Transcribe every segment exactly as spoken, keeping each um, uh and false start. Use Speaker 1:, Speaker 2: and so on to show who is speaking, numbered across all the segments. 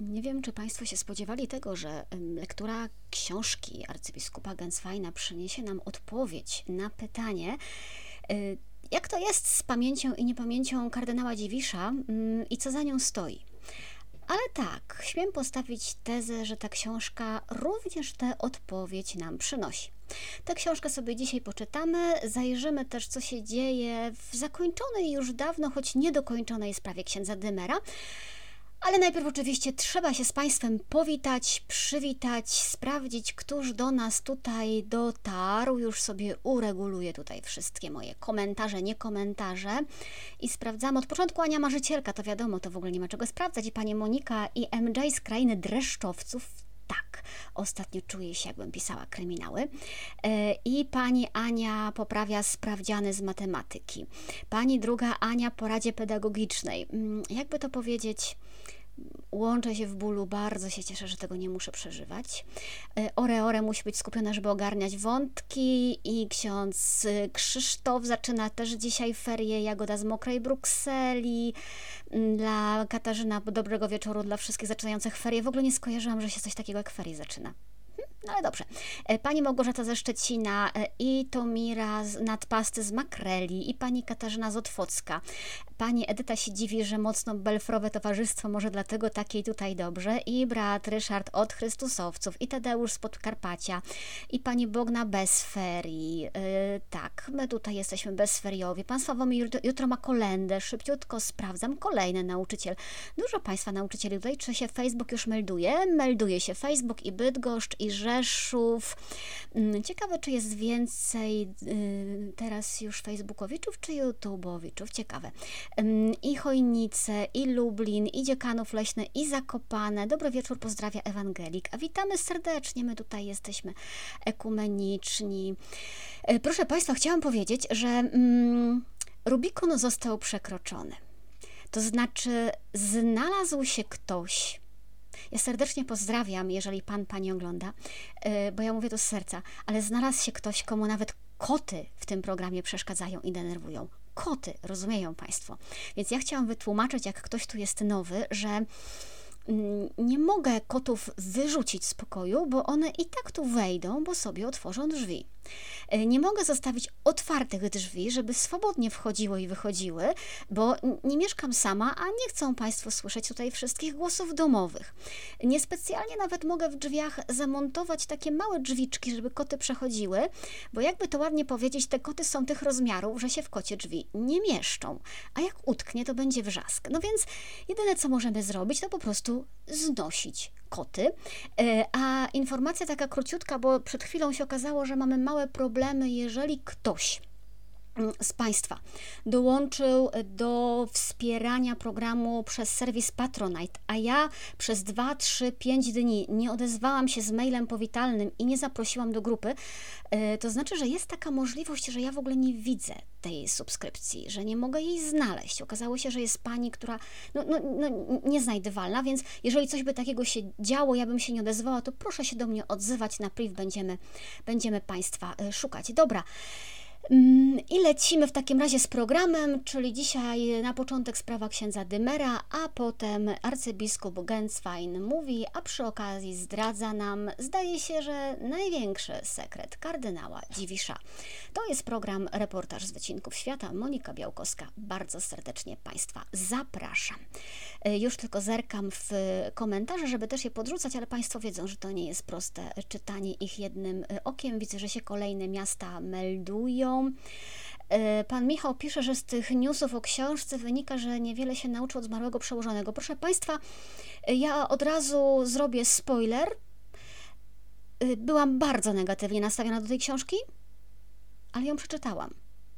Speaker 1: Nie wiem, czy Państwo się spodziewali tego, że lektura książki arcybiskupa Gensweina przyniesie nam odpowiedź na pytanie, jak to jest z pamięcią i niepamięcią kardynała Dziwisza i co za nią stoi. Ale tak, śmiem postawić tezę, że ta książka również tę odpowiedź nam przynosi. Tę książkę sobie dzisiaj poczytamy, zajrzymy też, co się dzieje w zakończonej już dawno, choć niedokończonej sprawie księdza Dymera. Ale najpierw oczywiście trzeba się z Państwem powitać, przywitać, sprawdzić, któż do nas tutaj dotarł. Już sobie ureguluję tutaj wszystkie moje komentarze, nie komentarze i sprawdzamy. Od początku Ania Marzycielka, to wiadomo, to w ogóle nie ma czego sprawdzać. I Pani Monika i M J z krainy dreszczowców. Tak, ostatnio czuję się, jakbym pisała kryminały. I pani Ania poprawia sprawdziany z matematyki. Pani druga Ania po radzie pedagogicznej. Jakby to powiedzieć... Łączę się w bólu, bardzo się cieszę, że tego nie muszę przeżywać. Ore Ore musi być skupiona, żeby ogarniać wątki i ksiądz Krzysztof zaczyna też dzisiaj ferie, Jagoda z mokrej Brukseli. Dla Katarzyna dobrego wieczoru dla wszystkich zaczynających ferie. W ogóle nie skojarzyłam, że się coś takiego jak ferie zaczyna. No ale dobrze. Pani Małgorzata ze Szczecina i Tomira z Nadpasty z Makreli i pani Katarzyna z Otwocka. Pani Edyta się dziwi, że mocno belfrowe towarzystwo, może dlatego takiej tutaj dobrze. I brat Ryszard od Chrystusowców i Tadeusz z Podkarpacia i pani Bogna bez ferii. Yy, tak, my tutaj jesteśmy bezferiowi. Pan Sławomir jutro ma kolendę. Szybciutko sprawdzam. Kolejny nauczyciel. Dużo Państwa nauczycieli tutaj. Czy się Facebook już melduje? Melduje się Facebook i Bydgoszcz i Rzeszów. Ciekawe, czy jest więcej yy, teraz już Facebookowiczów, czy YouTubeowiczów. Ciekawe. Yy, I Chojnice, i Lublin, i Dziekanów Leśny, i Zakopane. Dobry wieczór, pozdrawia Ewangelik. A witamy serdecznie, my tutaj jesteśmy ekumeniczni. Yy, proszę Państwa, chciałam powiedzieć, że yy, Rubikon został przekroczony. To znaczy, znalazł się ktoś. Ja serdecznie pozdrawiam, jeżeli Pan, Pani ogląda, bo ja mówię to z serca, ale znalazł się ktoś, komu nawet koty w tym programie przeszkadzają i denerwują. Koty, rozumieją Państwo. Więc ja chciałam wytłumaczyć, jak ktoś tu jest nowy, że nie mogę kotów wyrzucić z pokoju, bo one i tak tu wejdą, bo sobie otworzą drzwi. Nie mogę zostawić otwartych drzwi, żeby swobodnie wchodziły i wychodziły, bo nie mieszkam sama, a nie chcą Państwo słyszeć tutaj wszystkich głosów domowych. Niespecjalnie nawet mogę w drzwiach zamontować takie małe drzwiczki, żeby koty przechodziły, bo jakby to ładnie powiedzieć, te koty są tych rozmiarów, że się w kocie drzwi nie mieszczą, a jak utknie, to będzie wrzask. No więc jedyne, co możemy zrobić, to po prostu znosić koty. A informacja taka króciutka, bo przed chwilą się okazało, że mamy małe problemy, jeżeli ktoś z Państwa dołączył do wspierania programu przez serwis Patronite, a ja przez dwa, trzy, pięć dni nie odezwałam się z mailem powitalnym i nie zaprosiłam do grupy, to znaczy, że jest taka możliwość, że ja w ogóle nie widzę tej subskrypcji, że nie mogę jej znaleźć. Okazało się, że jest Pani, która no, no, no, nieznajdywalna, więc jeżeli coś by takiego się działo, ja bym się nie odezwała, to proszę się do mnie odzywać, na priv będziemy, będziemy Państwa szukać. Dobra. I lecimy w takim razie z programem, czyli dzisiaj na początek sprawa księdza Dymera, a potem arcybiskup Genswein mówi, a przy okazji zdradza nam, zdaje się, że największy sekret kardynała Dziwisza. To jest program Reportaż z Wycinków Świata. Monika Białkowska. Bardzo serdecznie Państwa zapraszam. Już tylko zerkam w komentarze, żeby też je podrzucać, ale Państwo wiedzą, że to nie jest proste czytanie ich jednym okiem. Widzę, że się kolejne miasta meldują. Pan Michał pisze, że z tych newsów o książce wynika, że niewiele się nauczył od zmarłego przełożonego. Proszę Państwa, ja od razu zrobię spoiler. Byłam bardzo negatywnie nastawiona do tej książki, ale ją przeczytałam.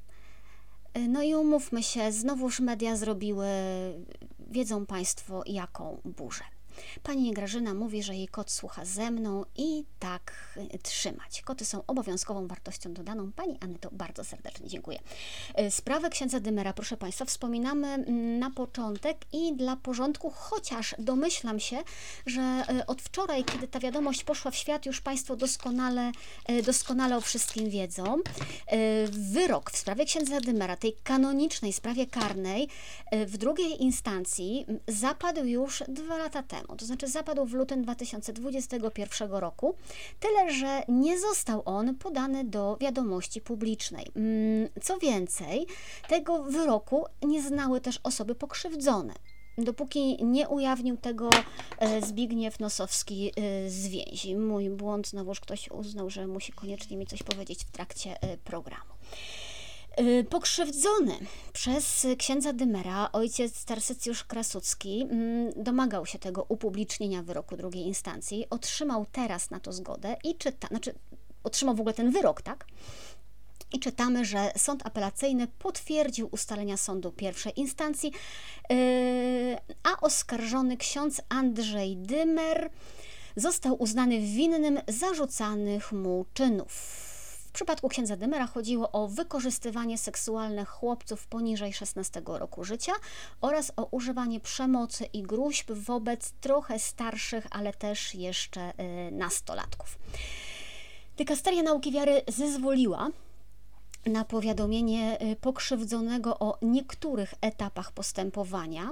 Speaker 1: No i umówmy się, znowuż media zrobiły, wiedzą Państwo, jaką burzę. Pani Grażyna mówi, że jej kot słucha ze mną i tak trzymać. Koty są obowiązkową wartością dodaną. Pani Anyto, bardzo serdecznie dziękuję. Sprawę księdza Dymera, proszę Państwa, wspominamy na początek i dla porządku, chociaż domyślam się, że od wczoraj, kiedy ta wiadomość poszła w świat, już Państwo doskonale, doskonale o wszystkim wiedzą. Wyrok w sprawie księdza Dymera, tej kanonicznej sprawie karnej w drugiej instancji zapadł już dwa lata temu. To to znaczy zapadł w lutym dwa tysiące dwudziestego pierwszego roku, tyle że nie został on podany do wiadomości publicznej. Co więcej, tego wyroku nie znały też osoby pokrzywdzone, dopóki nie ujawnił tego Zbigniew Nosowski z Więzi. Mój błąd, znowuż ktoś uznał, że musi koniecznie mi coś powiedzieć w trakcie programu. Pokrzywdzony przez księdza Dymera ojciec Tarsycjusz Krasucki domagał się tego upublicznienia wyroku drugiej instancji, otrzymał teraz na to zgodę i czyta, znaczy otrzymał w ogóle ten wyrok, tak? I czytamy, że sąd apelacyjny potwierdził ustalenia sądu pierwszej instancji, yy, a oskarżony ksiądz Andrzej Dymer został uznany winnym zarzucanych mu czynów. W przypadku księdza Dymera chodziło o wykorzystywanie seksualne chłopców poniżej szesnastego roku życia oraz o używanie przemocy i gróźb wobec trochę starszych, ale też jeszcze yy, nastolatków. Dykasteria Nauki Wiary zezwoliła na powiadomienie pokrzywdzonego o niektórych etapach postępowania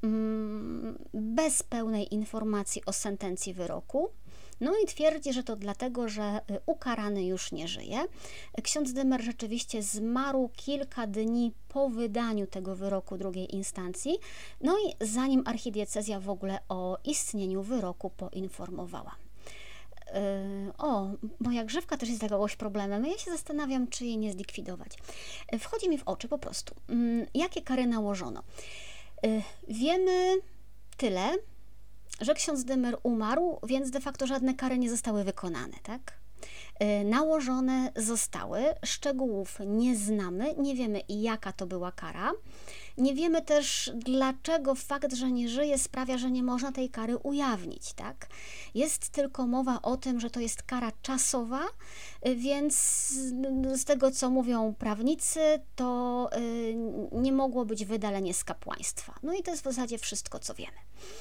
Speaker 1: bez pełnej informacji o sentencji wyroku. No i twierdzi, że to dlatego, że ukarany już nie żyje. Ksiądz Dymer rzeczywiście zmarł kilka dni po wydaniu tego wyroku drugiej instancji, no i zanim archidiecezja w ogóle o istnieniu wyroku poinformowała. O, moja grzywka też jest jakiegoś problemem. Ja się zastanawiam, czy jej nie zlikwidować. Wchodzi mi w oczy po prostu, jakie kary nałożono. Wiemy tyle, że ksiądz Dymer umarł, więc de facto żadne kary nie zostały wykonane, tak? Nałożone zostały, szczegółów nie znamy, nie wiemy, jaka to była kara. Nie wiemy też, dlaczego fakt, że nie żyje, sprawia, że nie można tej kary ujawnić, tak? Jest tylko mowa o tym, że to jest kara czasowa, więc z tego, co mówią prawnicy, to nie mogło być wydalenie z kapłaństwa. No i to jest w zasadzie wszystko, co wiemy.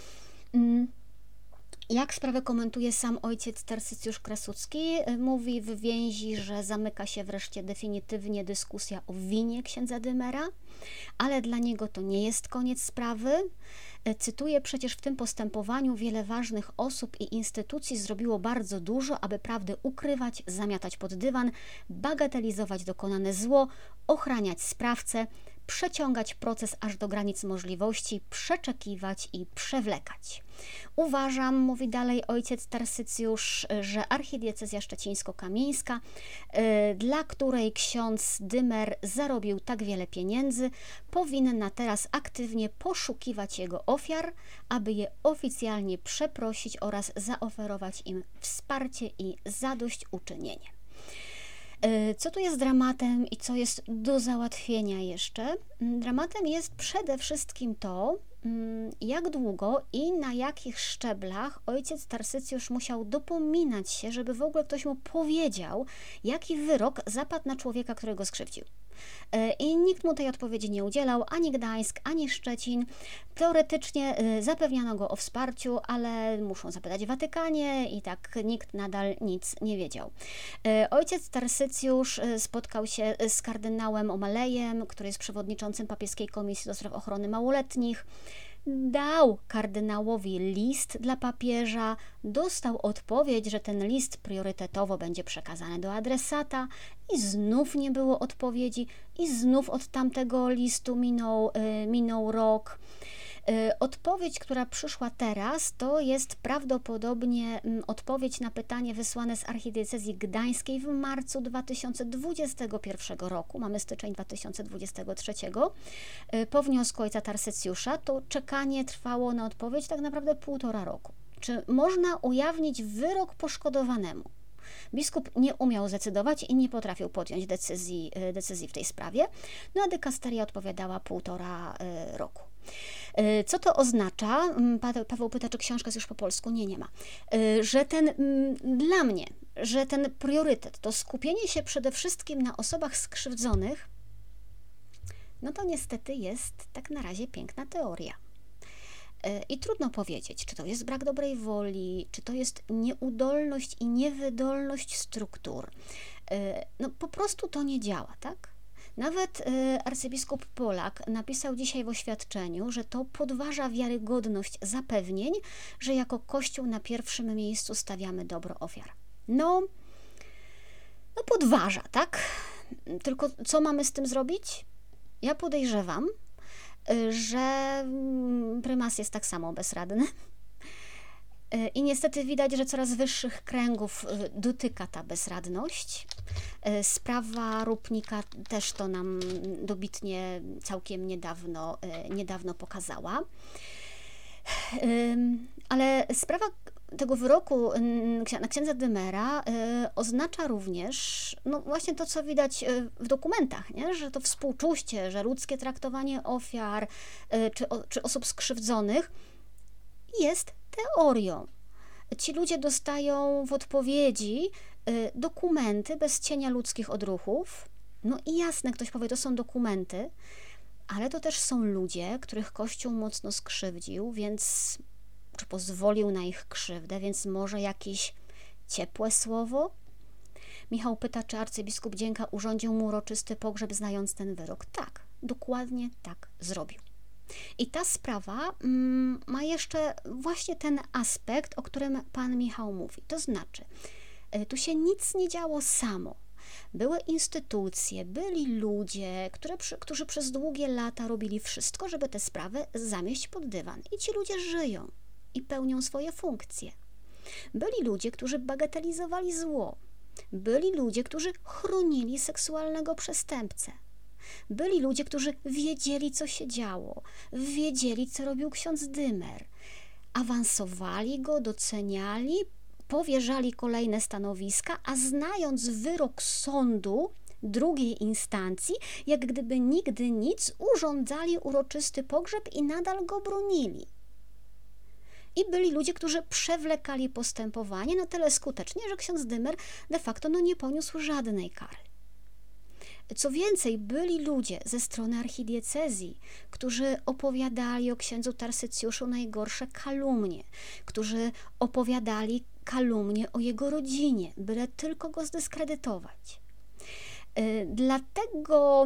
Speaker 1: Jak sprawę komentuje sam ojciec Tarsycjusz Krasucki, mówi w Więzi, że zamyka się wreszcie definitywnie dyskusja o winie księdza Dymera, ale dla niego to nie jest koniec sprawy. Cytuję, przecież w tym postępowaniu wiele ważnych osób i instytucji zrobiło bardzo dużo, aby prawdę ukrywać, zamiatać pod dywan, bagatelizować dokonane zło, ochraniać sprawcę, przeciągać proces aż do granic możliwości, przeczekiwać i przewlekać. Uważam, mówi dalej ojciec Tarsycjusz, że archidiecezja szczecińsko-kamieńska, yy, dla której ksiądz Dymer zarobił tak wiele pieniędzy, powinna teraz aktywnie poszukiwać jego ofiar, aby je oficjalnie przeprosić oraz zaoferować im wsparcie i zadośćuczynienie. Co tu jest dramatem i co jest do załatwienia jeszcze? Dramatem jest przede wszystkim to, jak długo i na jakich szczeblach ojciec Tarsycjusz musiał dopominać się, żeby w ogóle ktoś mu powiedział, jaki wyrok zapadł na człowieka, którego skrzywdził. I nikt mu tej odpowiedzi nie udzielał, ani Gdańsk, ani Szczecin. Teoretycznie zapewniano go o wsparciu, ale muszą zapytać w Watykanie i tak nikt nadal nic nie wiedział. Ojciec Tarsycjusz spotkał się z kardynałem O'Malleyem, który jest przewodniczącym papieskiej Komisji do Spraw Ochrony Małoletnich. Dał kardynałowi list dla papieża, dostał odpowiedź, że ten list priorytetowo będzie przekazany do adresata i znów nie było odpowiedzi i znów od tamtego listu minął, minął rok. Odpowiedź, która przyszła teraz, to jest prawdopodobnie odpowiedź na pytanie wysłane z archidiecezji gdańskiej w marcu dwa tysiące dwudziestego pierwszego roku. Mamy styczeń dwa tysiące dwudziestego trzeciego. Po wniosku ojca Tarsycjusza to czekanie trwało na odpowiedź tak naprawdę półtora roku. Czy można ujawnić wyrok poszkodowanemu? Biskup nie umiał zdecydować i nie potrafił podjąć decyzji, decyzji w tej sprawie, no a dykasteria odpowiadała półtora roku. Co to oznacza? Paweł pyta, czy książka jest już po polsku? Nie, nie ma. Że ten, dla mnie, że ten priorytet, to skupienie się przede wszystkim na osobach skrzywdzonych, no to niestety jest tak na razie piękna teoria. I trudno powiedzieć, czy to jest brak dobrej woli, czy to jest nieudolność i niewydolność struktur. No po prostu to nie działa, tak? Nawet arcybiskup Polak napisał dzisiaj w oświadczeniu, że to podważa wiarygodność zapewnień, że jako Kościół na pierwszym miejscu stawiamy dobro ofiar. No, no podważa, tak? Tylko co mamy z tym zrobić? Ja podejrzewam, że prymas jest tak samo bezradny. I niestety widać, że coraz wyższych kręgów dotyka ta bezradność. Sprawa Rupnika też to nam dobitnie całkiem niedawno, niedawno pokazała. Ale sprawa tego wyroku na księdza Dymera oznacza również, no właśnie to, co widać w dokumentach, nie? Że to współczucie, że ludzkie traktowanie ofiar czy, czy osób skrzywdzonych jest teorią. Ci ludzie dostają w odpowiedzi dokumenty bez cienia ludzkich odruchów. No i jasne, ktoś powie, to są dokumenty, ale to też są ludzie, których Kościół mocno skrzywdził, więc czy pozwolił na ich krzywdę, więc może jakieś ciepłe słowo? Michał pyta, czy arcybiskup Dzięka urządził mu uroczysty pogrzeb, znając ten wyrok. Tak, dokładnie tak zrobił. I ta sprawa mm, ma jeszcze właśnie ten aspekt, o którym pan Michał mówi. To znaczy, y, tu się nic nie działo samo. Były instytucje, byli ludzie, które, którzy przez długie lata robili wszystko, żeby tę sprawę zamieść pod dywan. I ci ludzie żyją i pełnią swoje funkcje. Byli ludzie, którzy bagatelizowali zło. Byli ludzie, którzy chronili seksualnego przestępcę. Byli ludzie, którzy wiedzieli, co się działo, wiedzieli, co robił ksiądz Dymer. Awansowali go, doceniali, powierzali kolejne stanowiska, a znając wyrok sądu drugiej instancji, jak gdyby nigdy nic, urządzali uroczysty pogrzeb i nadal go bronili. I byli ludzie, którzy przewlekali postępowanie na tyle skutecznie, że ksiądz Dymer de facto no, nie poniósł żadnej kary. Co więcej, byli ludzie ze strony archidiecezji, którzy opowiadali o księdzu Tarsycjuszu najgorsze kalumnie, którzy opowiadali kalumnie o jego rodzinie, byle tylko go zdyskredytować. Dlatego,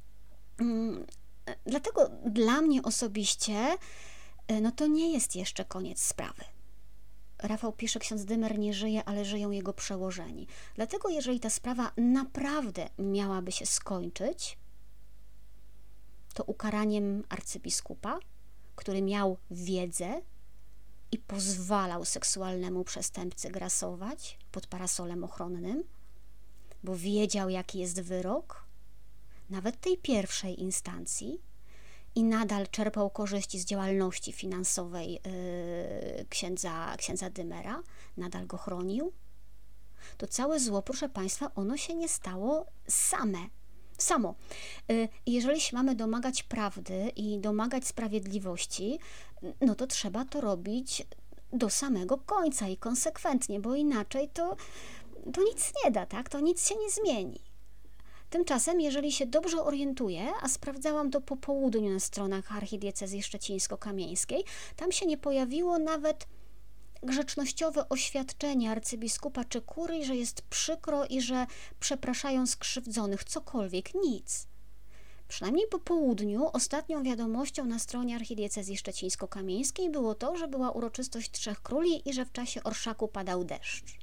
Speaker 1: dlatego dla mnie osobiście no to nie jest jeszcze koniec sprawy. Rafał pisze, ksiądz Dymer nie żyje, ale żyją jego przełożeni. Dlatego jeżeli ta sprawa naprawdę miałaby się skończyć, to ukaraniem arcybiskupa, który miał wiedzę i pozwalał seksualnemu przestępcy grasować pod parasolem ochronnym, bo wiedział, jaki jest wyrok, nawet tej pierwszej instancji, i nadal czerpał korzyści z działalności finansowej yy, księdza, księdza Dymera, nadal go chronił, to całe zło, proszę Państwa, ono się nie stało same, samo. Yy, jeżeli się mamy domagać prawdy i domagać sprawiedliwości, no to trzeba to robić do samego końca i konsekwentnie, bo inaczej to, to nic nie da, tak? To nic się nie zmieni. Tymczasem, jeżeli się dobrze orientuję, a sprawdzałam to po południu na stronach archidiecezji szczecińsko-kamieńskiej, tam się nie pojawiło nawet grzecznościowe oświadczenie arcybiskupa czy kurii, że jest przykro i że przepraszają skrzywdzonych, cokolwiek, nic. Przynajmniej po południu ostatnią wiadomością na stronie archidiecezji szczecińsko-kamieńskiej było to, że była uroczystość Trzech Króli i że w czasie orszaku padał deszcz.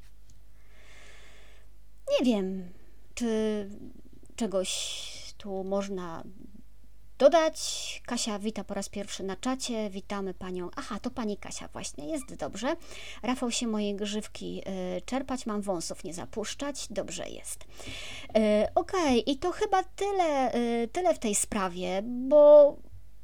Speaker 1: Nie wiem, czy czegoś tu można dodać. Kasia wita po raz pierwszy na czacie. Witamy panią. Aha, to pani Kasia właśnie. Jest dobrze. Rafał się mojej grzywki y, czerpać. Mam wąsów nie zapuszczać. Dobrze jest. Y, Okej, okay. I to chyba tyle, y, tyle w tej sprawie, bo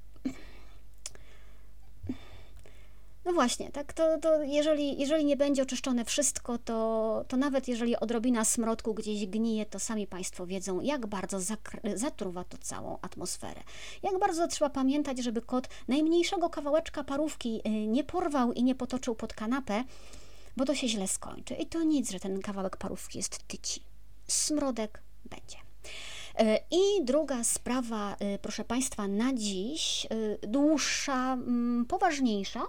Speaker 1: no właśnie, tak, to, to jeżeli, jeżeli nie będzie oczyszczone wszystko, to, to nawet jeżeli odrobina smrodku gdzieś gnije, to sami Państwo wiedzą, jak bardzo zakr- zatruwa to całą atmosferę. Jak bardzo trzeba pamiętać, żeby kot najmniejszego kawałeczka parówki nie porwał i nie potoczył pod kanapę, bo to się źle skończy. I to nic, że ten kawałek parówki jest tyci. Smrodek będzie. I druga sprawa, proszę Państwa, na dziś, dłuższa, poważniejsza.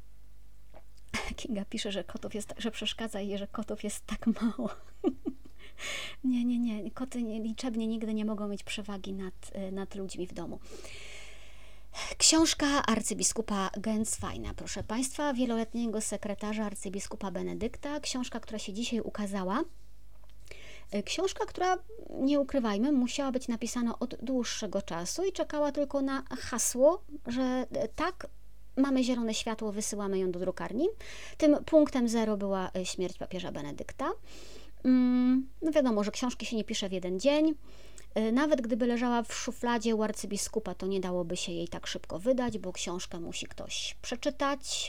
Speaker 1: Kinga pisze, że kotów jest, że przeszkadza jej, że kotów jest tak mało. Nie, nie, nie. Koty liczebnie nigdy nie mogą mieć przewagi nad, nad ludźmi w domu. Książka arcybiskupa Gensweina, proszę Państwa, wieloletniego sekretarza arcybiskupa Benedykta. Książka, która się dzisiaj ukazała. Książka, która, nie ukrywajmy, musiała być napisana od dłuższego czasu i czekała tylko na hasło, że tak, mamy zielone światło, wysyłamy ją do drukarni. Tym punktem zero była śmierć papieża Benedykta. No wiadomo, że książki się nie pisze w jeden dzień. Nawet gdyby leżała w szufladzie u arcybiskupa, to nie dałoby się jej tak szybko wydać, bo książkę musi ktoś przeczytać,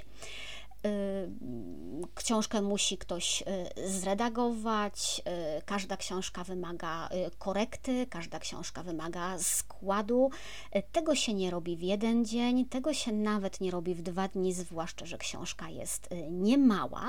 Speaker 1: książkę musi ktoś zredagować, każda książka wymaga korekty, każda książka wymaga składu. Tego się nie robi w jeden dzień, tego się nawet nie robi w dwa dni, zwłaszcza że książka jest niemała.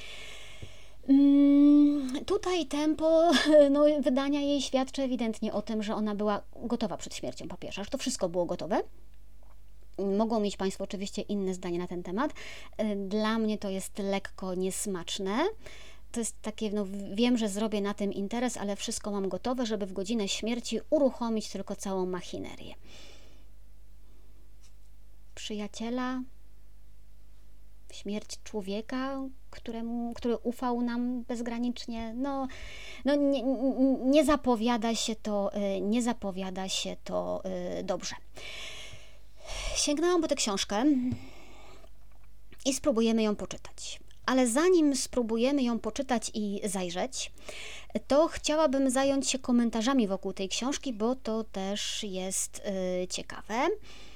Speaker 1: Tutaj tempo no, wydania jej świadczy ewidentnie o tym, że ona była gotowa przed śmiercią papieża, że to wszystko było gotowe. Mogą mieć Państwo oczywiście inne zdanie na ten temat. Dla mnie to jest lekko niesmaczne. To jest takie, no wiem, że zrobię na tym interes, ale wszystko mam gotowe, żeby w godzinę śmierci uruchomić tylko całą machinerię. Przyjaciela, śmierć człowieka, któremu, który ufał nam bezgranicznie, no, no nie, nie zapowiada się to, nie zapowiada się to dobrze. Sięgnęłam po tę książkę i spróbujemy ją poczytać. Ale zanim spróbujemy ją poczytać i zajrzeć, to chciałabym zająć się komentarzami wokół tej książki, bo to też jest y, ciekawe.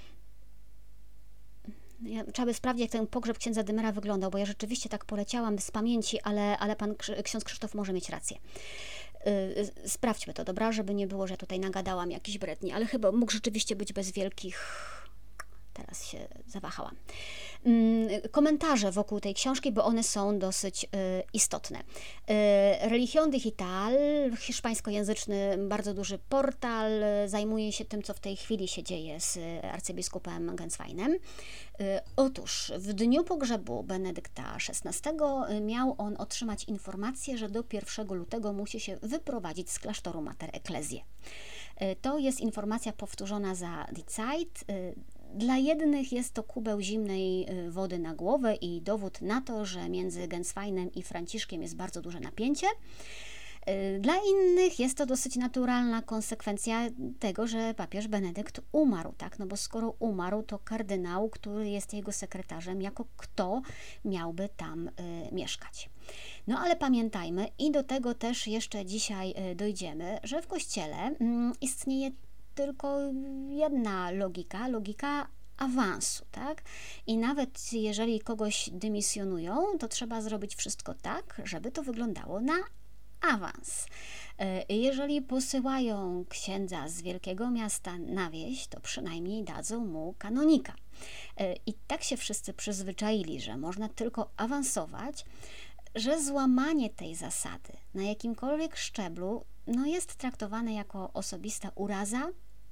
Speaker 1: Ja, trzeba by sprawdzić, jak ten pogrzeb księdza Dymera wyglądał, bo ja rzeczywiście tak poleciałam z pamięci, ale, ale pan ksiądz Krzysztof może mieć rację. Yy, sprawdźmy to, dobra? Żeby nie było, że tutaj nagadałam jakiś bredni, ale chyba mógł rzeczywiście być bez wielkich... Teraz się zawahałam. Komentarze wokół tej książki, bo one są dosyć y, istotne. Y, Religion Digital, hiszpańskojęzyczny, bardzo duży portal, zajmuje się tym, co w tej chwili się dzieje z arcybiskupem Gensweinem. Y, otóż w dniu pogrzebu Benedykta szesnastego miał on otrzymać informację, że do pierwszego lutego musi się wyprowadzić z klasztoru Mater Ecclesiae. Y, to jest informacja powtórzona za Die Zeit. Y, Dla jednych jest to kubeł zimnej wody na głowę i dowód na to, że między Gensweinem i Franciszkiem jest bardzo duże napięcie. Dla innych jest to dosyć naturalna konsekwencja tego, że papież Benedykt umarł, tak? No bo skoro umarł, to kardynał, który jest jego sekretarzem, jako kto miałby tam y, mieszkać. No ale pamiętajmy, i do tego też jeszcze dzisiaj y, dojdziemy, że w Kościele y, istnieje tylko jedna logika, logika awansu, tak? I nawet jeżeli kogoś dymisjonują, to trzeba zrobić wszystko tak, żeby to wyglądało na awans. Jeżeli posyłają księdza z wielkiego miasta na wieś, to przynajmniej dadzą mu kanonika. I tak się wszyscy przyzwyczaili, że można tylko awansować, że złamanie tej zasady na jakimkolwiek szczeblu no jest traktowane jako osobista uraza.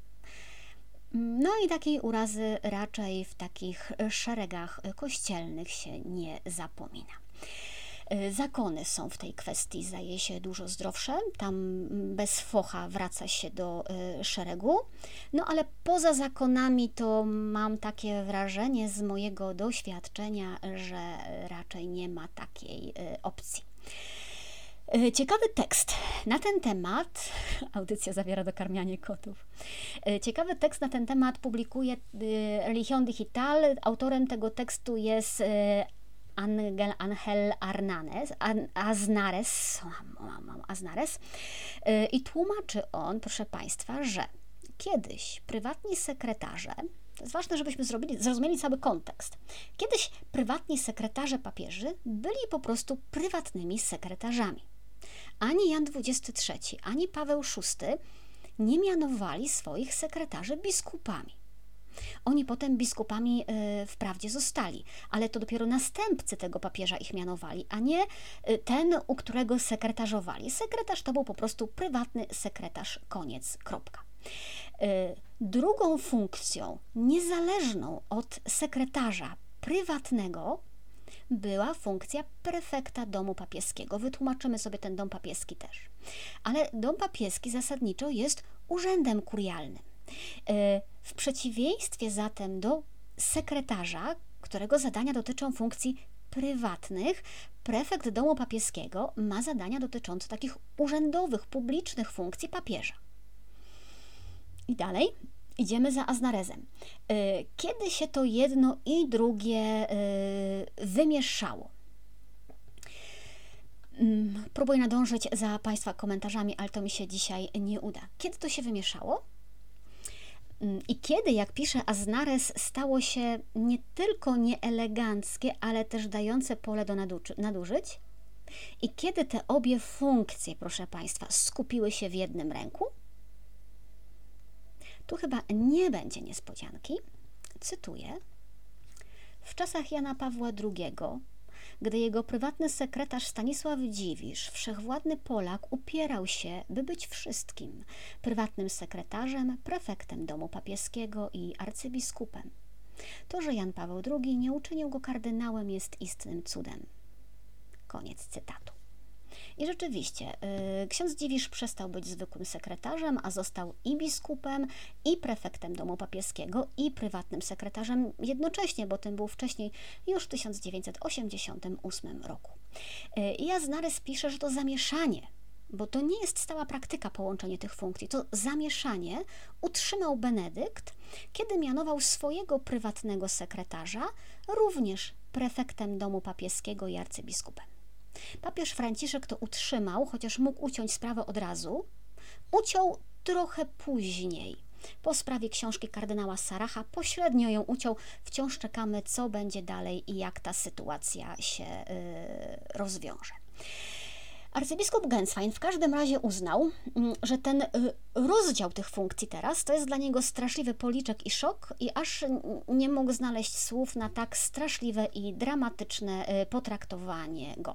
Speaker 1: No i takiej urazy raczej w takich szeregach kościelnych się nie zapomina. Zakony są w tej kwestii, zdaje się, dużo zdrowsze. Tam bez focha wraca się do szeregu. No ale poza zakonami to mam takie wrażenie z mojego doświadczenia, że raczej nie ma takiej opcji. Ciekawy tekst na ten temat, audycja zawiera dokarmianie kotów, ciekawy tekst na ten temat publikuje Religion Digital. Autorem tego tekstu jest Angel Angel Arnanes, Aznares, Aznares i tłumaczy on, proszę Państwa, że kiedyś prywatni sekretarze, to jest ważne, żebyśmy zrobili, zrozumieli cały kontekst, kiedyś prywatni sekretarze papieży byli po prostu prywatnymi sekretarzami. Ani Jan dwudziesty trzeci, ani Paweł szósty nie mianowali swoich sekretarzy biskupami. Oni potem biskupami y, wprawdzie zostali, ale to dopiero następcy tego papieża ich mianowali, a nie y, ten, u którego sekretarzowali. Sekretarz to był po prostu prywatny sekretarz, koniec, kropka. Y, drugą funkcją, niezależną od sekretarza prywatnego, była funkcja prefekta domu papieskiego. Wytłumaczymy sobie ten dom papieski też. Ale dom papieski zasadniczo jest urzędem kurialnym. W przeciwieństwie zatem do sekretarza, którego zadania dotyczą funkcji prywatnych, prefekt domu papieskiego ma zadania dotyczące takich urzędowych, publicznych funkcji papieża. I dalej idziemy za Aznarezem. Kiedy się to jedno i drugie wymieszało? Próbuję nadążyć za Państwa komentarzami, ale to mi się dzisiaj nie uda. Kiedy to się wymieszało? I kiedy, jak pisze Aznarez, stało się nie tylko nieeleganckie, ale też dające pole do nadużyć? I kiedy te obie funkcje, proszę Państwa, skupiły się w jednym ręku? Tu chyba nie będzie niespodzianki. Cytuję. W czasach Jana Pawła drugiego, gdy jego prywatny sekretarz Stanisław Dziwisz, wszechwładny Polak, upierał się, by być wszystkim, prywatnym sekretarzem, prefektem domu papieskiego i arcybiskupem. To, że Jan Paweł drugi nie uczynił go kardynałem, jest istnym cudem. Koniec cytatu. I rzeczywiście, yy, ksiądz Dziwisz przestał być zwykłym sekretarzem, a został i biskupem, i prefektem domu papieskiego, i prywatnym sekretarzem jednocześnie, bo tym był wcześniej już w tysiąc dziewięćset osiemdziesiątym ósmym roku. Yy, I Aznarez pisze, że to zamieszanie, bo to nie jest stała praktyka połączenie tych funkcji, to zamieszanie utrzymał Benedykt, kiedy mianował swojego prywatnego sekretarza również prefektem domu papieskiego i arcybiskupem. Papież Franciszek to utrzymał, chociaż mógł uciąć sprawę od razu, uciął trochę później. Po sprawie książki kardynała Saracha pośrednio ją uciął. Wciąż czekamy, co będzie dalej i jak ta sytuacja się yy, rozwiąże. Arcybiskup Genswein w każdym razie uznał, że ten rozdział tych funkcji teraz to jest dla niego straszliwy policzek i szok i aż nie mógł znaleźć słów na tak straszliwe i dramatyczne potraktowanie go.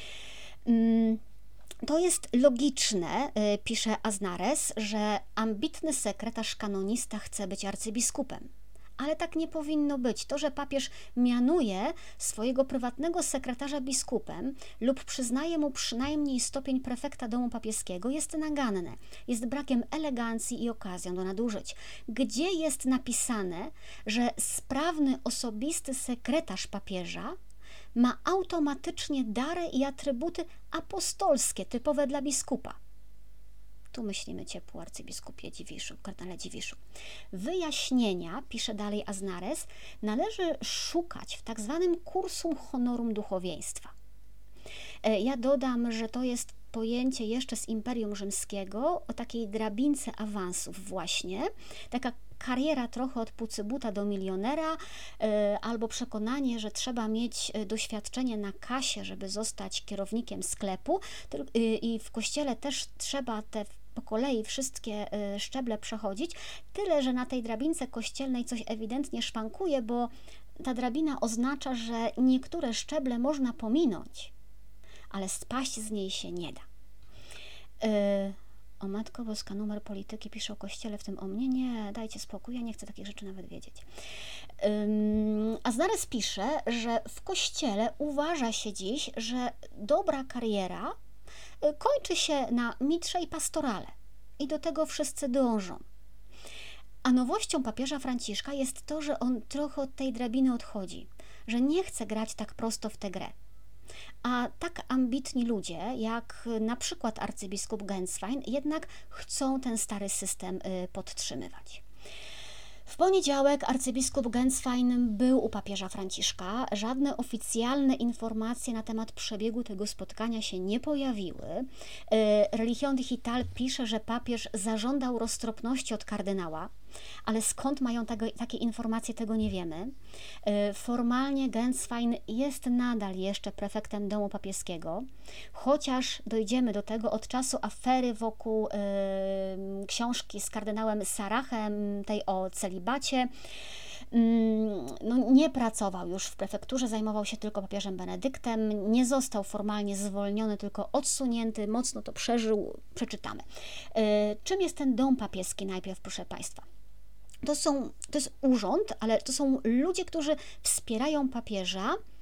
Speaker 1: To jest logiczne, pisze Aznarez, że ambitny sekretarz kanonista chce być arcybiskupem. Ale tak nie powinno być. To, że papież mianuje swojego prywatnego sekretarza biskupem lub przyznaje mu przynajmniej stopień prefekta domu papieskiego, jest naganne. Jest brakiem elegancji i okazją do nadużyć. Gdzie jest napisane, że sprawny, osobisty sekretarz papieża ma automatycznie dary i atrybuty apostolskie, typowe dla biskupa? Tu myślimy ciepło arcybiskupie Dziwiszu, kardynale Dziwiszu. Wyjaśnienia, pisze dalej Aznarez, należy szukać w tak zwanym cursum honorum duchowieństwa. Ja dodam, że to jest pojęcie jeszcze z Imperium Rzymskiego, o takiej drabince awansów właśnie, taka kariera trochę od pucybuta do milionera, albo przekonanie, że trzeba mieć doświadczenie na kasie, żeby zostać kierownikiem sklepu, i w kościele też trzeba te po kolei wszystkie szczeble przechodzić, tyle, że na tej drabince kościelnej coś ewidentnie szwankuje, bo ta drabina oznacza, że niektóre szczeble można pominąć, ale spaść z niej się nie da. Yy, o Matko Boska, numer polityki pisze o kościele, w tym o mnie. Nie, dajcie spokój, ja nie chcę takich rzeczy nawet wiedzieć. Yy, Aznarez pisze, że w kościele uważa się dziś, że dobra kariera kończy się na mitrze i pastorale i do tego wszyscy dążą. A nowością papieża Franciszka jest to, że on trochę od tej drabiny odchodzi, że nie chce grać tak prosto w tę grę. A tak ambitni ludzie, jak na przykład arcybiskup Genswein, jednak chcą ten stary system podtrzymywać. W poniedziałek arcybiskup Genswein był u papieża Franciszka. Żadne oficjalne informacje na temat przebiegu tego spotkania się nie pojawiły. Religion Digital pisze, że papież zażądał roztropności od kardynała, ale skąd mają tego, takie informacje, tego nie wiemy. Formalnie Genswein jest nadal jeszcze prefektem domu papieskiego, chociaż dojdziemy do tego od czasu afery wokół y, książki z kardynałem Sarachem, tej o celibacie. Y, no, nie pracował już w prefekturze, zajmował się tylko papieżem Benedyktem, nie został formalnie zwolniony, tylko odsunięty, mocno to przeżył, przeczytamy. Y, czym jest ten dom papieski najpierw, proszę Państwa? To, są, to jest urząd, ale to są ludzie, którzy wspierają papieża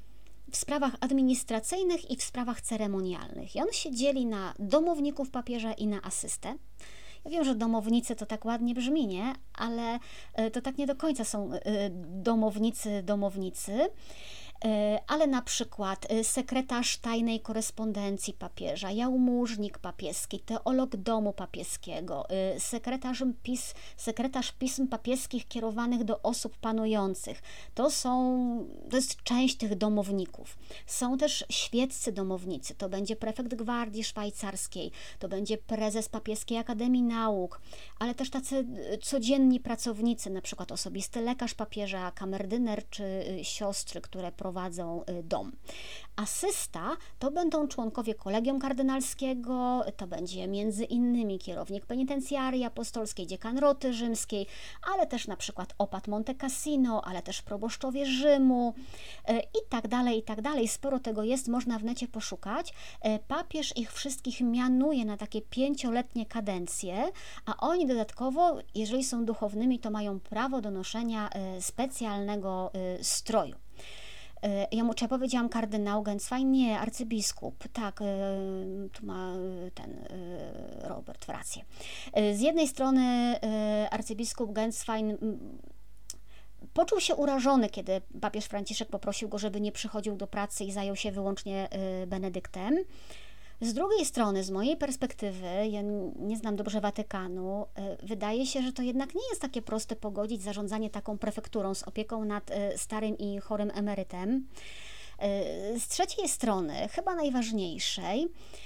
Speaker 1: w sprawach administracyjnych i w sprawach ceremonialnych. I on się dzieli na domowników papieża i na asystę. Ja wiem, że domownicy to tak ładnie brzmi, nie? Ale to tak nie do końca są domownicy, domownicy. Ale na przykład sekretarz tajnej korespondencji papieża, jałmużnik papieski, teolog domu papieskiego, sekretarz, pis, sekretarz pism papieskich kierowanych do osób panujących. To są, to jest część tych domowników. Są też świeccy domownicy, to będzie prefekt gwardii szwajcarskiej, to będzie prezes Papieskiej Akademii Nauk, ale też tacy codzienni pracownicy, na przykład osobisty lekarz papieża, kamerdyner czy siostry, które prowadzą prowadzą dom. Asysta to będą członkowie kolegium kardynalskiego, to będzie między innymi kierownik penitencjarii apostolskiej, dziekan roty rzymskiej, ale też na przykład opat Monte Cassino, ale też proboszczowie Rzymu i tak dalej, i tak dalej. Sporo tego jest, można w necie poszukać. Papież ich wszystkich mianuje na takie pięcioletnie kadencje, a oni dodatkowo, jeżeli są duchownymi, to mają prawo do noszenia specjalnego stroju. Ja mu, czy ja powiedziałam kardynał Genswein? Nie, arcybiskup. Tak, tu ma ten Robert rację. Z jednej strony arcybiskup Genswein poczuł się urażony, kiedy papież Franciszek poprosił go, żeby nie przychodził do pracy i zajął się wyłącznie Benedyktem. Z drugiej strony, z mojej perspektywy, ja nie znam dobrze Watykanu, wydaje się, że to jednak nie jest takie proste pogodzić zarządzanie taką prefekturą z opieką nad starym i chorym emerytem. Z trzeciej strony, chyba najważniejszej,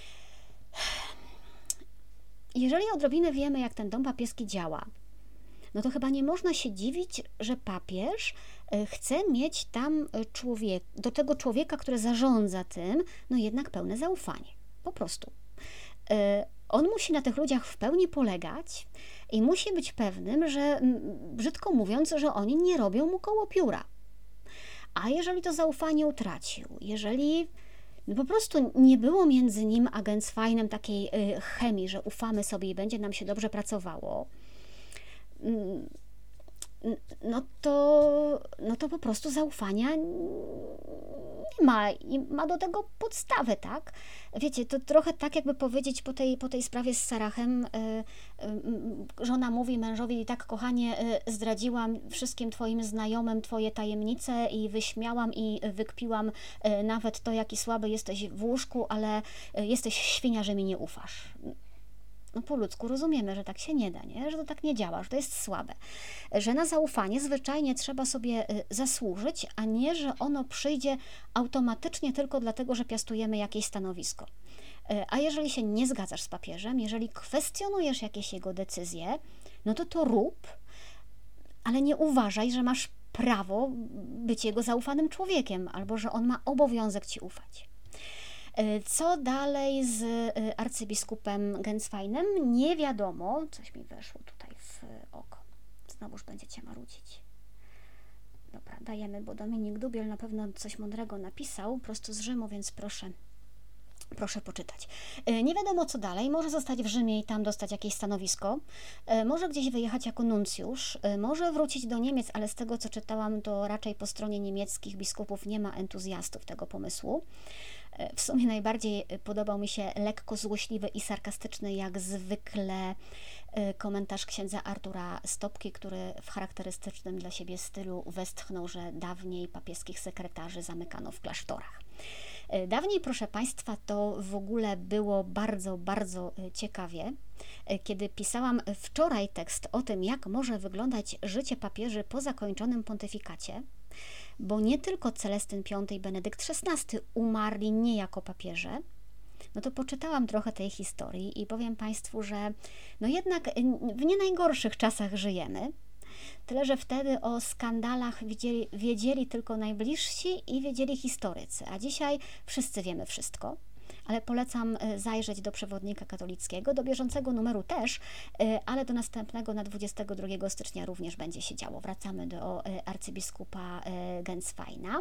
Speaker 1: jeżeli odrobinę wiemy, jak ten dom papieski działa, no to chyba nie można się dziwić, że papież chce mieć tam człowiek, do tego człowieka, który zarządza tym, no jednak pełne zaufanie. Po prostu. On musi na tych ludziach w pełni polegać i musi być pewnym, że, brzydko mówiąc, że oni nie robią mu koło pióra. A jeżeli to zaufanie utracił, jeżeli no po prostu nie było między nim a Gensweinem takiej chemii, że ufamy sobie i będzie nam się dobrze pracowało, no to, no to po prostu zaufania nie ma i ma do tego podstawę, tak? Wiecie, to trochę tak jakby powiedzieć po tej, po tej sprawie z Sarachem, yy, yy, żona mówi mężowi, tak kochanie, yy, zdradziłam wszystkim twoim znajomym twoje tajemnice i wyśmiałam i wykpiłam yy, nawet to, jaki słaby jesteś w łóżku, ale yy, jesteś świnia, że mi nie ufasz. No po ludzku rozumiemy, że tak się nie da, nie? Że to tak nie działa, że to jest słabe. Że na zaufanie zwyczajnie trzeba sobie zasłużyć, a nie, że ono przyjdzie automatycznie tylko dlatego, że piastujemy jakieś stanowisko. A jeżeli się nie zgadzasz z papieżem, jeżeli kwestionujesz jakieś jego decyzje, no to to rób, ale nie uważaj, że masz prawo być jego zaufanym człowiekiem, albo że on ma obowiązek ci ufać. Co dalej z arcybiskupem Gensweinem? Nie wiadomo, coś mi weszło tutaj w oko. Znowuż będziecie marudzić. Dobra, dajemy, bo Dominik Dubiel na pewno coś mądrego napisał, prosto z Rzymu, więc proszę, proszę poczytać. Nie wiadomo co dalej, może zostać w Rzymie i tam dostać jakieś stanowisko, może gdzieś wyjechać jako nuncjusz, może wrócić do Niemiec, ale z tego co czytałam, to raczej po stronie niemieckich biskupów nie ma entuzjastów tego pomysłu. W sumie najbardziej podobał mi się lekko złośliwy i sarkastyczny, jak zwykle, komentarz księdza Artura Stopki, który w charakterystycznym dla siebie stylu westchnął, że dawniej papieskich sekretarzy zamykano w klasztorach. Dawniej, proszę Państwa, to w ogóle było bardzo, bardzo ciekawie. Kiedy pisałam wczoraj tekst o tym, jak może wyglądać życie papieży po zakończonym pontyfikacie, bo nie tylko Celestyn piąty i Benedykt szesnasty umarli nie jako papieże, no to poczytałam trochę tej historii i powiem Państwu, że no jednak w nie najgorszych czasach żyjemy, tyle że wtedy o skandalach wiedzieli, wiedzieli tylko najbliżsi i wiedzieli historycy, a dzisiaj wszyscy wiemy wszystko. Ale polecam zajrzeć do przewodnika katolickiego, do bieżącego numeru też, ale do następnego na dwudziestego drugiego stycznia również będzie się działo. Wracamy do arcybiskupa Gensweina.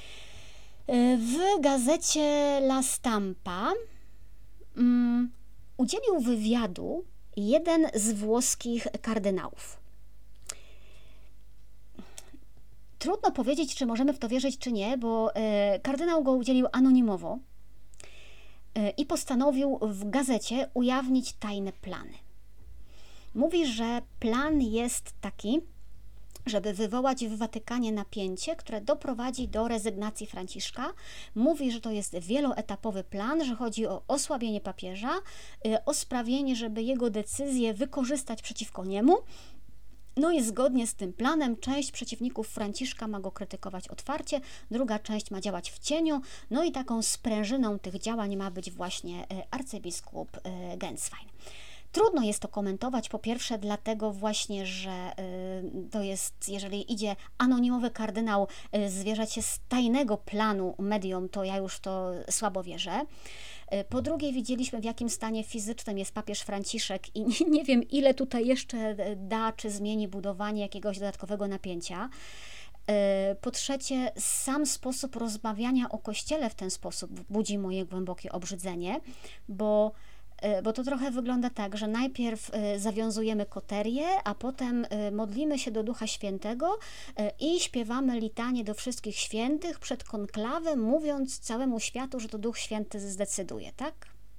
Speaker 1: W gazecie La Stampa um, udzielił wywiadu jeden z włoskich kardynałów. Trudno powiedzieć, czy możemy w to wierzyć, czy nie, bo e, kardynał go udzielił anonimowo e, i postanowił w gazecie ujawnić tajne plany. Mówi, że plan jest taki, żeby wywołać w Watykanie napięcie, które doprowadzi do rezygnacji Franciszka. Mówi, że to jest wieloetapowy plan, że chodzi o osłabienie papieża, o sprawienie, żeby jego decyzje wykorzystać przeciwko niemu. No i zgodnie z tym planem część przeciwników Franciszka ma go krytykować otwarcie, druga część ma działać w cieniu, no i taką sprężyną tych działań ma być właśnie arcybiskup Genswein. Trudno jest to komentować, po pierwsze dlatego właśnie, że y, to jest, jeżeli idzie anonimowy kardynał y, zwierzać się z tajnego planu mediom, to ja już to słabo wierzę. Y, po drugie widzieliśmy, w jakim stanie fizycznym jest papież Franciszek i nie, nie wiem, ile tutaj jeszcze da, czy zmieni budowanie jakiegoś dodatkowego napięcia. Y, po trzecie, sam sposób rozmawiania o Kościele w ten sposób budzi moje głębokie obrzydzenie, bo Bo to trochę wygląda tak, że najpierw zawiązujemy koterię, a potem modlimy się do Ducha Świętego i śpiewamy litanię do wszystkich świętych przed konklawem, mówiąc całemu światu, że to Duch Święty zdecyduje, tak?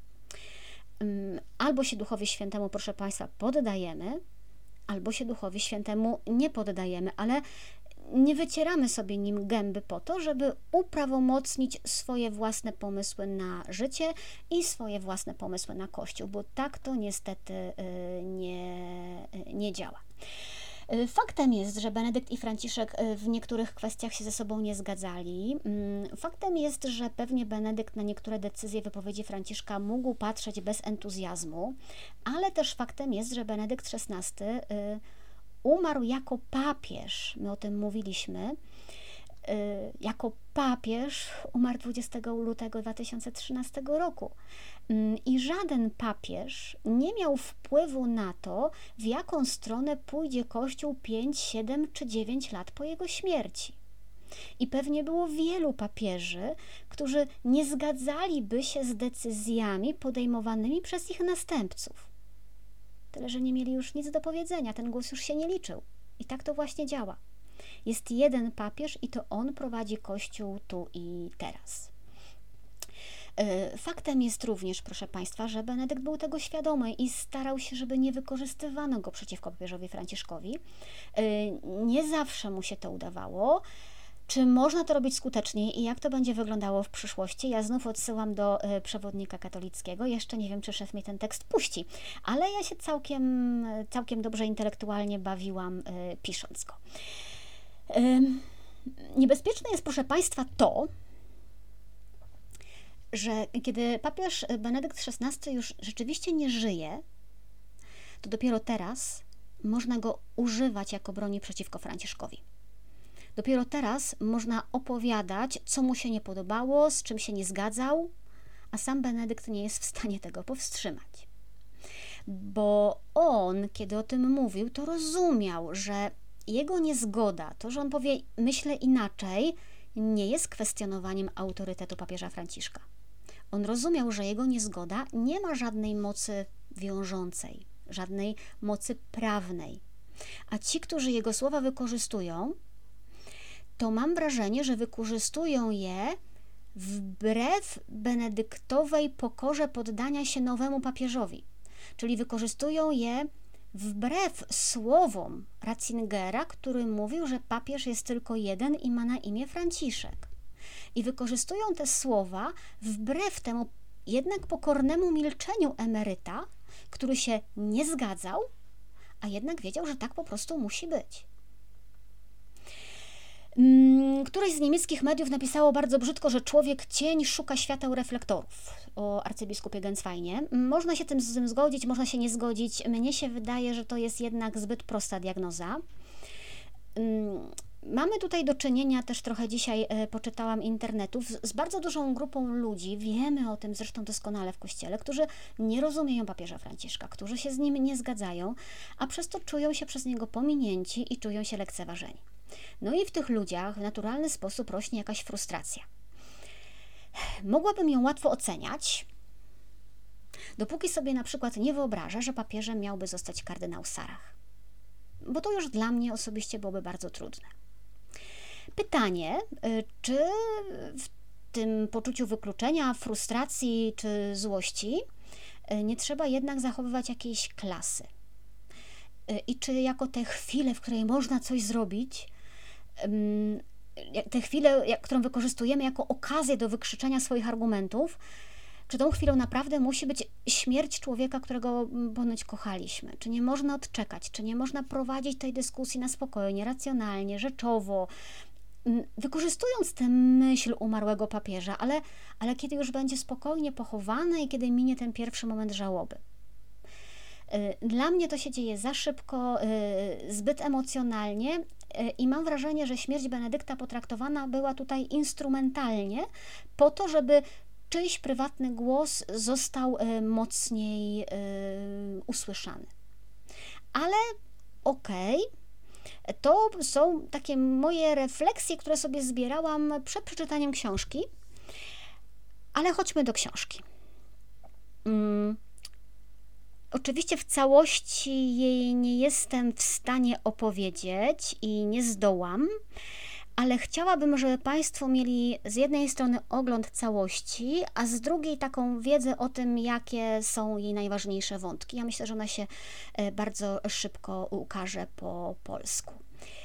Speaker 1: Albo się Duchowi Świętemu, proszę Państwa, poddajemy, albo się Duchowi Świętemu nie poddajemy, ale nie wycieramy sobie nim gęby po to, żeby uprawomocnić swoje własne pomysły na życie i swoje własne pomysły na Kościół, bo tak to niestety nie, nie działa. Faktem jest, że Benedykt i Franciszek w niektórych kwestiach się ze sobą nie zgadzali. Faktem jest, że pewnie Benedykt na niektóre decyzje wypowiedzi Franciszka mógł patrzeć bez entuzjazmu, ale też faktem jest, że Benedykt szesnasty umarł jako papież, my o tym mówiliśmy, jako papież umarł dwudziestego lutego dwa tysiące trzynastego roku i żaden papież nie miał wpływu na to, w jaką stronę pójdzie Kościół pięć, siedem czy dziewięć lat po jego śmierci. I pewnie było wielu papieży, którzy nie zgadzaliby się z decyzjami podejmowanymi przez ich następców. Tyle, że nie mieli już nic do powiedzenia, ten głos już się nie liczył. I tak to właśnie działa. Jest jeden papież i to on prowadzi Kościół tu i teraz. Faktem jest również, proszę Państwa, że Benedykt był tego świadomy i starał się, żeby nie wykorzystywano go przeciwko papieżowi Franciszkowi. Nie zawsze mu się to udawało. Czy można to robić skuteczniej i jak to będzie wyglądało w przyszłości? Ja znów odsyłam do y, przewodnika katolickiego. Jeszcze nie wiem, czy szef mi ten tekst puści, ale ja się całkiem, całkiem dobrze intelektualnie bawiłam y, pisząc go. Y, niebezpieczne jest, proszę Państwa, to, że kiedy papież Benedykt szesnasty już rzeczywiście nie żyje, to dopiero teraz można go używać jako broni przeciwko Franciszkowi. Dopiero teraz można opowiadać, co mu się nie podobało, z czym się nie zgadzał, a sam Benedykt nie jest w stanie tego powstrzymać. Bo on, kiedy o tym mówił, to rozumiał, że jego niezgoda, to, że on powie, myślę inaczej, nie jest kwestionowaniem autorytetu papieża Franciszka. On rozumiał, że jego niezgoda nie ma żadnej mocy wiążącej, żadnej mocy prawnej. A ci, którzy jego słowa wykorzystują, to mam wrażenie, że wykorzystują je wbrew benedyktowej pokorze poddania się nowemu papieżowi. Czyli wykorzystują je wbrew słowom Ratzingera, który mówił, że papież jest tylko jeden i ma na imię Franciszek. I wykorzystują te słowa wbrew temu jednak pokornemu milczeniu emeryta, który się nie zgadzał, a jednak wiedział, że tak po prostu musi być. Któreś z niemieckich mediów napisało bardzo brzydko, że człowiek cień szuka świateł reflektorów o arcybiskupie Gensweinie. Można się tym, z tym zgodzić, można się nie zgodzić. Mnie się wydaje, że to jest jednak zbyt prosta diagnoza. Mamy tutaj do czynienia, też trochę dzisiaj poczytałam internetów, z bardzo dużą grupą ludzi, wiemy o tym zresztą doskonale w Kościele, którzy nie rozumieją papieża Franciszka, którzy się z nim nie zgadzają, a przez to czują się przez niego pominięci i czują się lekceważeni. No i w tych ludziach w naturalny sposób rośnie jakaś frustracja. Mogłabym ją łatwo oceniać, dopóki sobie na przykład nie wyobrażę, że papieżem miałby zostać kardynał Sarach. Bo to już dla mnie osobiście byłoby bardzo trudne. Pytanie, czy w tym poczuciu wykluczenia, frustracji czy złości nie trzeba jednak zachowywać jakiejś klasy? I czy jako te chwile, w której można coś zrobić, tę chwilę, którą wykorzystujemy jako okazję do wykrzyczenia swoich argumentów, czy tą chwilą naprawdę musi być śmierć człowieka, którego ponoć kochaliśmy? Czy nie można odczekać? Czy nie można prowadzić tej dyskusji na spokojnie, racjonalnie, rzeczowo, wykorzystując tę myśl umarłego papieża, ale, ale kiedy już będzie spokojnie pochowana i kiedy minie ten pierwszy moment żałoby? Dla mnie to się dzieje za szybko, zbyt emocjonalnie i mam wrażenie, że śmierć Benedykta potraktowana była tutaj instrumentalnie po to, żeby czyjś prywatny głos został mocniej usłyszany. Ale okej, okay, to są takie moje refleksje, które sobie zbierałam przed przeczytaniem książki, ale chodźmy do książki. Hmm. Oczywiście w całości jej nie jestem w stanie opowiedzieć i nie zdołam, ale chciałabym, żeby Państwo mieli z jednej strony ogląd całości, a z drugiej taką wiedzę o tym, jakie są jej najważniejsze wątki. Ja myślę, że ona się bardzo szybko ukaże po polsku.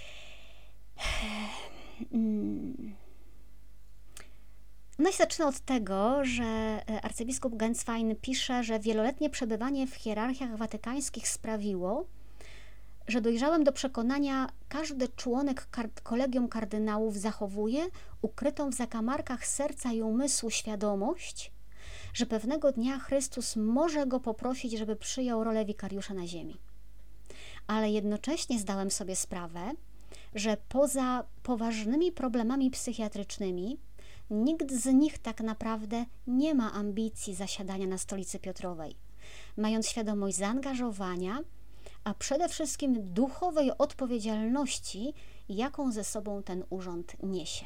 Speaker 1: No i zaczyna od tego, że arcybiskup Genswein pisze, że wieloletnie przebywanie w hierarchiach watykańskich sprawiło, że dojrzałem do przekonania, każdy członek kard- kolegium kardynałów zachowuje ukrytą w zakamarkach serca i umysłu świadomość, że pewnego dnia Chrystus może go poprosić, żeby przyjął rolę wikariusza na ziemi. Ale jednocześnie zdałem sobie sprawę, że poza poważnymi problemami psychiatrycznymi nikt z nich tak naprawdę nie ma ambicji zasiadania na stolicy Piotrowej, mając świadomość zaangażowania, a przede wszystkim duchowej odpowiedzialności, jaką ze sobą ten urząd niesie.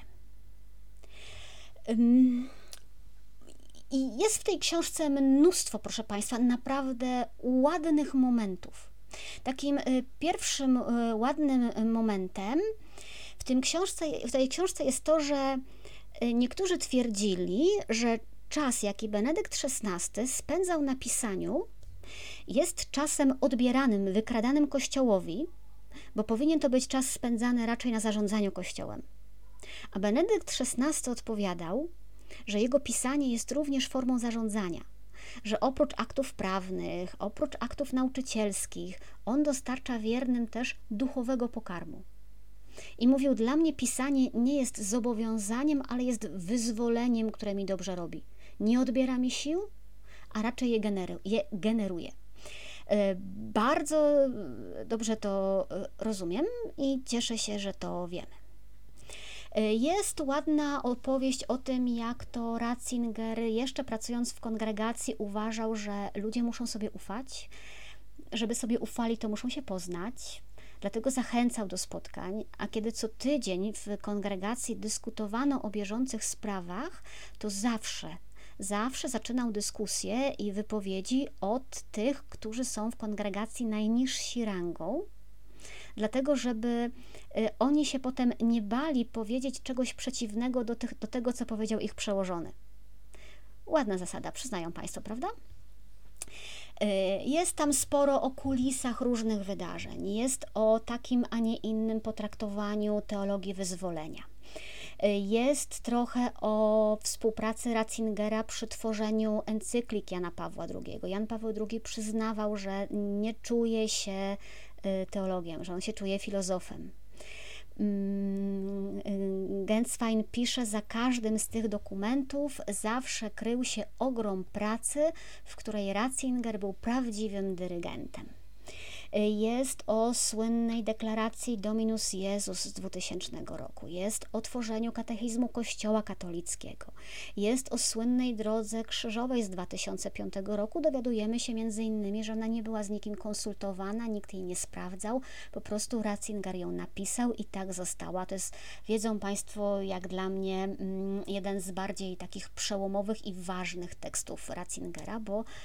Speaker 1: I jest w tej książce mnóstwo, proszę Państwa, naprawdę ładnych momentów. Takim pierwszym ładnym momentem w, tym książce, w tej książce jest to, że niektórzy twierdzili, że czas, jaki Benedykt szesnasty spędzał na pisaniu, jest czasem odbieranym, wykradanym Kościołowi, bo powinien to być czas spędzany raczej na zarządzaniu Kościołem. A Benedykt szesnasty odpowiadał, że jego pisanie jest również formą zarządzania, że oprócz aktów prawnych, oprócz aktów nauczycielskich, on dostarcza wiernym też duchowego pokarmu. I mówił, dla mnie pisanie nie jest zobowiązaniem, ale jest wyzwoleniem, które mi dobrze robi. Nie odbiera mi sił, a raczej je, generu- je generuje. Bardzo dobrze to rozumiem i cieszę się, że to wiemy. Jest ładna opowieść o tym, jak to Ratzinger, jeszcze pracując w kongregacji, uważał, że ludzie muszą sobie ufać. Żeby sobie ufali, to muszą się poznać. Dlatego zachęcał do spotkań, a kiedy co tydzień w kongregacji dyskutowano o bieżących sprawach, to zawsze, zawsze zaczynał dyskusję i wypowiedzi od tych, którzy są w kongregacji najniżsi rangą, dlatego żeby oni się potem nie bali powiedzieć czegoś przeciwnego do, tych, do tego, co powiedział ich przełożony. Ładna zasada, przyznają Państwo, prawda? Jest tam sporo o kulisach różnych wydarzeń, jest o takim, a nie innym potraktowaniu teologii wyzwolenia. Jest trochę o współpracy Ratzingera przy tworzeniu encyklik Jana Pawła drugiego. Jan Paweł drugi przyznawał, że nie czuje się teologiem, że on się czuje filozofem. Genswein pisze, za każdym z tych dokumentów zawsze krył się ogrom pracy, w której Ratzinger był prawdziwym dyrygentem. Jest o słynnej deklaracji Dominus Jezus z dwutysięcznego roku, jest o tworzeniu katechizmu Kościoła katolickiego, jest o słynnej drodze krzyżowej z dwa tysiące piątego roku. Dowiadujemy się między innymi, że ona nie była z nikim konsultowana, nikt jej nie sprawdzał, po prostu Ratzinger ją napisał i tak została. To jest, wiedzą Państwo, jak dla mnie jeden z bardziej takich przełomowych i ważnych tekstów Ratzingera, bo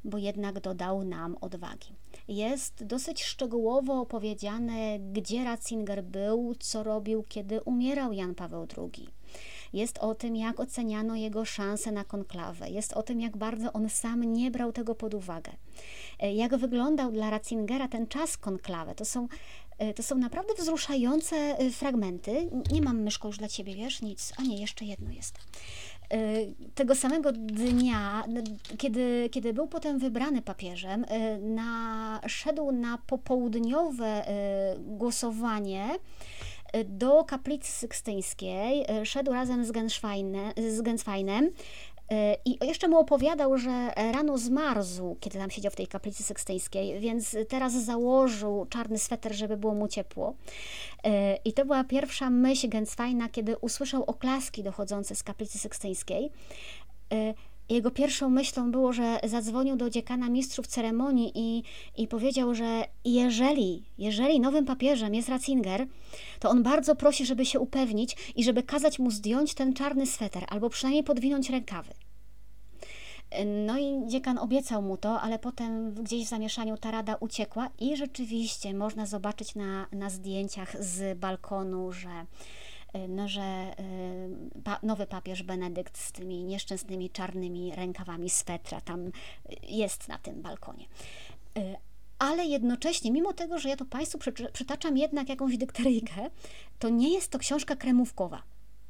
Speaker 1: bo jednak dodał nam odwagi. Jest dosyć szczegółowo opowiedziane, gdzie Ratzinger był, co robił, kiedy umierał Jan Paweł drugi. Jest o tym, jak oceniano jego szanse na konklawę. Jest o tym, jak bardzo on sam nie brał tego pod uwagę. Jak wyglądał dla Ratzingera ten czas konklawy. To są, to są naprawdę wzruszające fragmenty. Nie mam, Myszko, już dla Ciebie, wiesz, nic. A nie, jeszcze jedno jest. Tego samego dnia, kiedy, kiedy był potem wybrany papieżem, na, szedł na popołudniowe głosowanie do kaplicy sykstyńskiej, szedł razem z, Gensweine, z Gensweinem i jeszcze mu opowiadał, że rano zmarzł, kiedy tam siedział w tej kaplicy sykstyńskiej, więc teraz założył czarny sweter, żeby było mu ciepło. I to była pierwsza myśl Gensweina, kiedy usłyszał oklaski dochodzące z kaplicy sykstyńskiej. Jego pierwszą myślą było, że zadzwonił do dziekana mistrzów ceremonii i, i powiedział, że jeżeli, jeżeli nowym papieżem jest Ratzinger, to on bardzo prosi, żeby się upewnić i żeby kazać mu zdjąć ten czarny sweter, albo przynajmniej podwinąć rękawy. No i dziekan obiecał mu to, ale potem gdzieś w zamieszaniu ta rada uciekła i rzeczywiście można zobaczyć na, na zdjęciach z balkonu, że no, że pa, nowy papież Benedykt z tymi nieszczęsnymi czarnymi rękawami swetra tam jest na tym balkonie. Ale jednocześnie, mimo tego, że ja to Państwu przytaczam jednak jakąś dykteryjkę, to nie jest to książka kremówkowa.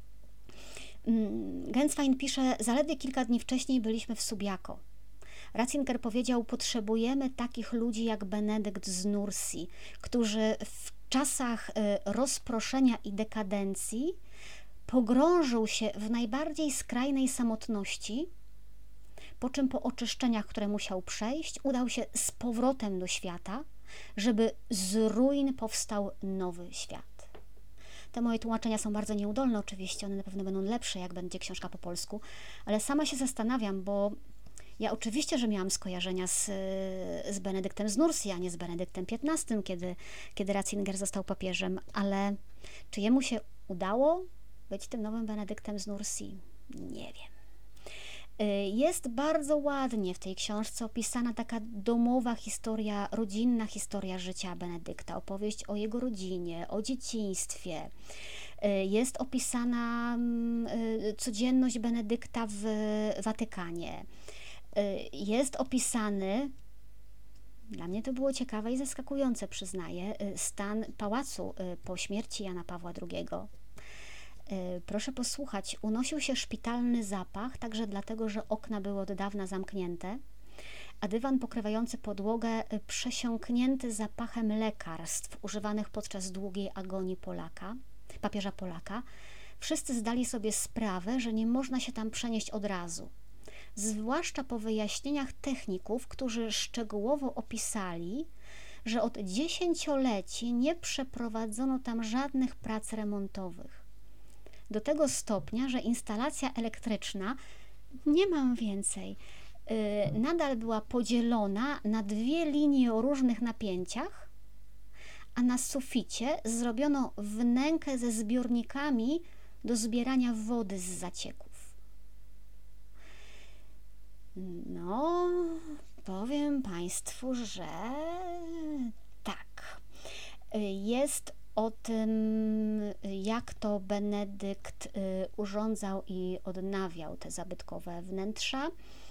Speaker 1: Genswein pisze, zaledwie kilka dni wcześniej byliśmy w Subiaco. Ratzinger powiedział, potrzebujemy takich ludzi jak Benedykt z Nursi, którzy w czasach rozproszenia i dekadencji pogrążył się w najbardziej skrajnej samotności, po czym po oczyszczeniach, które musiał przejść, udał się z powrotem do świata, żeby z ruin powstał nowy świat. Te moje tłumaczenia są bardzo nieudolne oczywiście, one na pewno będą lepsze, jak będzie książka po polsku, ale sama się zastanawiam, bo ja oczywiście, że miałam skojarzenia z, z Benedyktem z Nursi, a nie z Benedyktem piętnastym, kiedy, kiedy Ratzinger został papieżem, ale czy jemu się udało być tym nowym Benedyktem z Nursi? Nie wiem. Jest bardzo ładnie w tej książce opisana taka domowa historia, rodzinna historia życia Benedykta, opowieść o jego rodzinie, o dzieciństwie. Jest opisana codzienność Benedykta w Watykanie. Jest opisany, dla mnie to było ciekawe i zaskakujące, przyznaję, stan pałacu po śmierci Jana Pawła drugiego. Proszę posłuchać, unosił się szpitalny zapach, także dlatego, że okna były od dawna zamknięte, a dywan pokrywający podłogę przesiąknięty zapachem lekarstw używanych podczas długiej agonii Polaka, papieża Polaka. Wszyscy zdali sobie sprawę, że nie można się tam przenieść od razu. Zwłaszcza po wyjaśnieniach techników, którzy szczegółowo opisali, że od dziesięcioleci nie przeprowadzono tam żadnych prac remontowych. Do tego stopnia, że instalacja elektryczna, nie mam więcej, yy, nadal była podzielona na dwie linie o różnych napięciach, a na suficie zrobiono wnękę ze zbiornikami do zbierania wody z zacieków. No, powiem Państwu, że tak. Jest o tym, jak to Benedykt urządzał i odnawiał te zabytkowe wnętrza.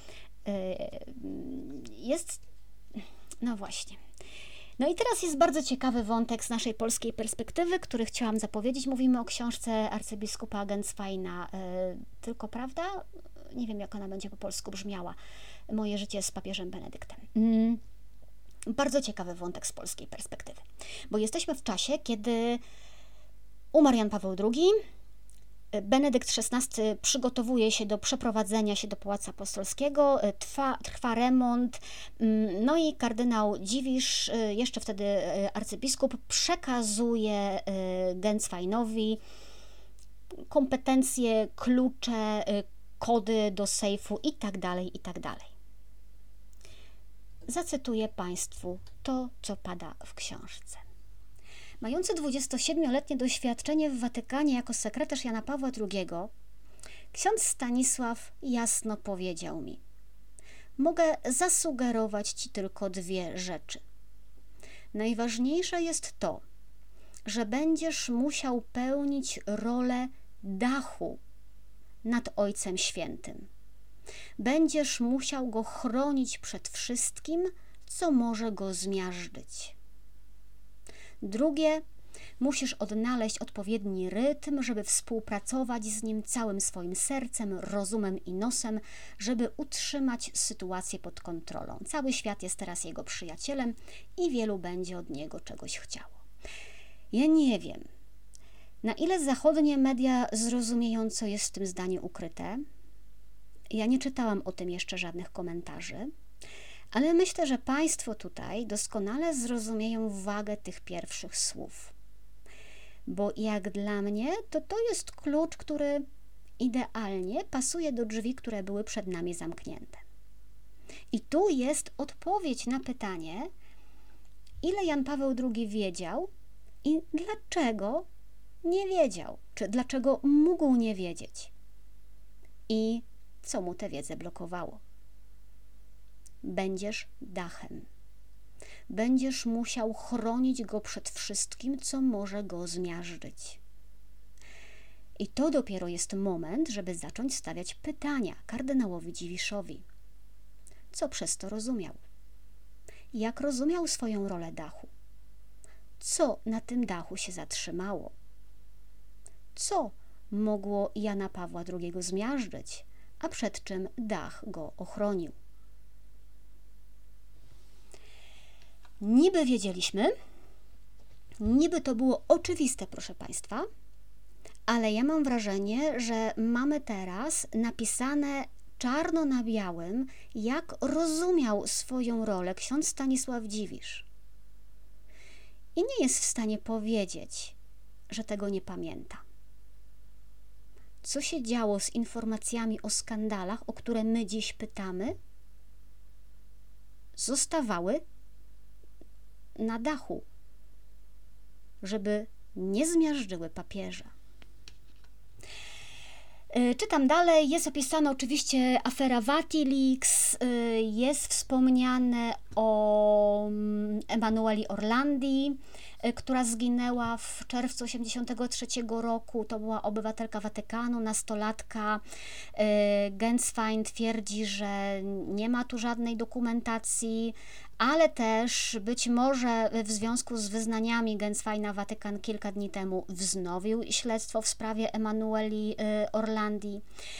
Speaker 1: Jest, no właśnie. No i teraz jest bardzo ciekawy wątek z naszej polskiej perspektywy, który chciałam zapowiedzieć. Mówimy o książce arcybiskupa Gensweina, tylko prawda? Nie wiem, jak ona będzie po polsku brzmiała. Moje życie z papieżem Benedyktem. Mm. Bardzo ciekawy wątek z polskiej perspektywy, bo jesteśmy w czasie, kiedy umarł Jan Paweł drugi, Benedykt szesnasty przygotowuje się do przeprowadzenia się do Pałacu Apostolskiego, trwa, trwa remont, no i kardynał Dziwisz, jeszcze wtedy arcybiskup, przekazuje Gensweinowi kompetencje, klucze, kody do sejfu i tak dalej, i tak dalej. Zacytuję Państwu to, co pada w książce. Mający dwudziestosiedmioletnie doświadczenie w Watykanie jako sekretarz Jana Pawła drugiego, ksiądz Stanisław jasno powiedział mi: mogę zasugerować Ci tylko dwie rzeczy. Najważniejsze jest to, że będziesz musiał pełnić rolę dachu nad Ojcem Świętym. Będziesz musiał Go chronić przed wszystkim, co może Go zmiażdżyć. Drugie, musisz odnaleźć odpowiedni rytm, żeby współpracować z Nim całym swoim sercem, rozumem i nosem, żeby utrzymać sytuację pod kontrolą. Cały świat jest teraz Jego przyjacielem i wielu będzie od Niego czegoś chciało. Ja nie wiem, na ile zachodnie media zrozumieją, co jest w tym zdaniu ukryte. Ja nie czytałam o tym jeszcze żadnych komentarzy, ale myślę, że Państwo tutaj doskonale zrozumieją wagę tych pierwszych słów. Bo jak dla mnie, to to jest klucz, który idealnie pasuje do drzwi, które były przed nami zamknięte. I tu jest odpowiedź na pytanie, ile Jan Paweł drugi wiedział i dlaczego nie wiedział, czy dlaczego mógł nie wiedzieć i co mu tę wiedzę blokowało. Będziesz dachem. Będziesz musiał chronić go przed wszystkim, co może go zmiażdżyć. I to dopiero jest moment, żeby zacząć stawiać pytania kardynałowi Dziwiszowi. Co przez to rozumiał? Jak rozumiał swoją rolę dachu? Co na tym dachu się zatrzymało? Co mogło Jana Pawła drugiego zmiażdżyć, a przed czym dach go ochronił? Niby wiedzieliśmy, niby to było oczywiste, proszę Państwa, ale ja mam wrażenie, że mamy teraz napisane czarno na białym, jak rozumiał swoją rolę ksiądz Stanisław Dziwisz. I nie jest w stanie powiedzieć, że tego nie pamięta. Co się działo z informacjami o skandalach, o które my dziś pytamy, zostawały na dachu, żeby nie zmiażdżyły papieża. Czytam dalej, jest opisana oczywiście afera Wikileaks, jest wspomniane o Emanueli Orlandi, która zginęła w czerwcu osiemdziesiątego trzeciego roku. To była obywatelka Watykanu, nastolatka. Genswein twierdzi, że nie ma tu żadnej dokumentacji, ale też być może w związku z wyznaniami Gensweina Watykan kilka dni temu wznowił śledztwo w sprawie Emanueli Orlandi.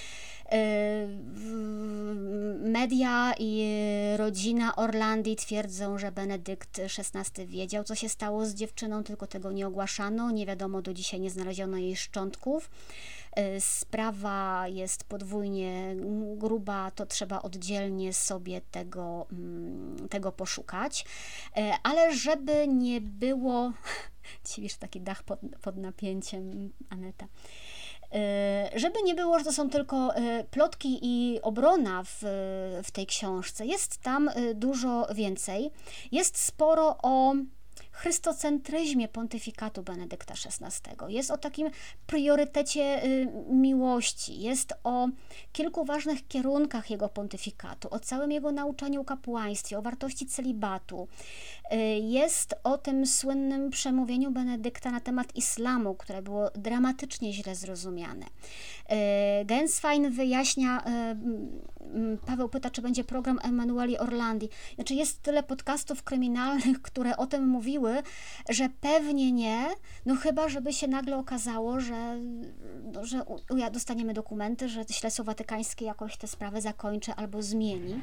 Speaker 1: Media i rodzina Orlandi twierdzą, że Benedykt szesnasty wiedział, co się stało z dziewczyną, tylko tego nie ogłaszano. Nie wiadomo, do dzisiaj nie znaleziono jej szczątków. Sprawa jest podwójnie gruba, to trzeba oddzielnie sobie tego, tego poszukać. Ale żeby nie było... Dziwisz, taki dach pod, pod napięciem, Aneta. Żeby nie było, że to są tylko plotki i obrona w, w tej książce, jest tam dużo więcej. Jest sporo o chrystocentryzmie pontyfikatu Benedykta szesnastego. Jest o takim priorytecie miłości, jest o kilku ważnych kierunkach jego pontyfikatu, o całym jego nauczaniu o kapłaństwie, o wartości celibatu. Jest o tym słynnym przemówieniu Benedykta na temat islamu, które było dramatycznie źle zrozumiane. Genswein wyjaśnia, Paweł pyta, czy będzie program Emanueli Orlandi. Znaczy jest tyle podcastów kryminalnych, które o tym mówiły, że pewnie nie, no chyba, żeby się nagle okazało, że, no, że u, dostaniemy dokumenty, że śledztwo watykańskie jakoś tę sprawę zakończy albo zmieni.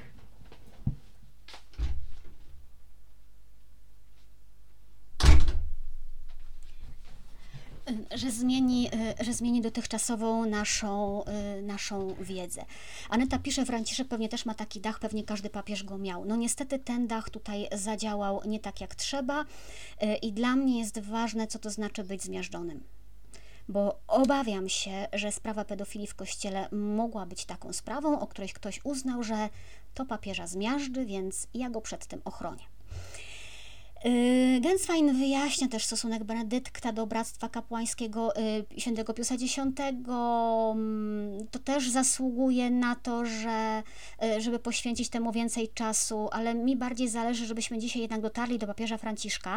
Speaker 1: Że zmieni, że zmieni dotychczasową naszą, naszą wiedzę. Aneta pisze, Franciszek pewnie też ma taki dach, pewnie każdy papież go miał. No niestety ten dach tutaj zadziałał nie tak jak trzeba i dla mnie jest ważne, co to znaczy być zmiażdżonym. Bo obawiam się, że sprawa pedofilii w Kościele mogła być taką sprawą, o której ktoś uznał, że to papieża zmiażdży, więc ja go przed tym ochronię. Genswein wyjaśnia też stosunek Benedykta do Bractwa Kapłańskiego świętego Piusa Dziesiątego. To też zasługuje na to, że, żeby poświęcić temu więcej czasu, ale mi bardziej zależy, żebyśmy dzisiaj jednak dotarli do papieża Franciszka.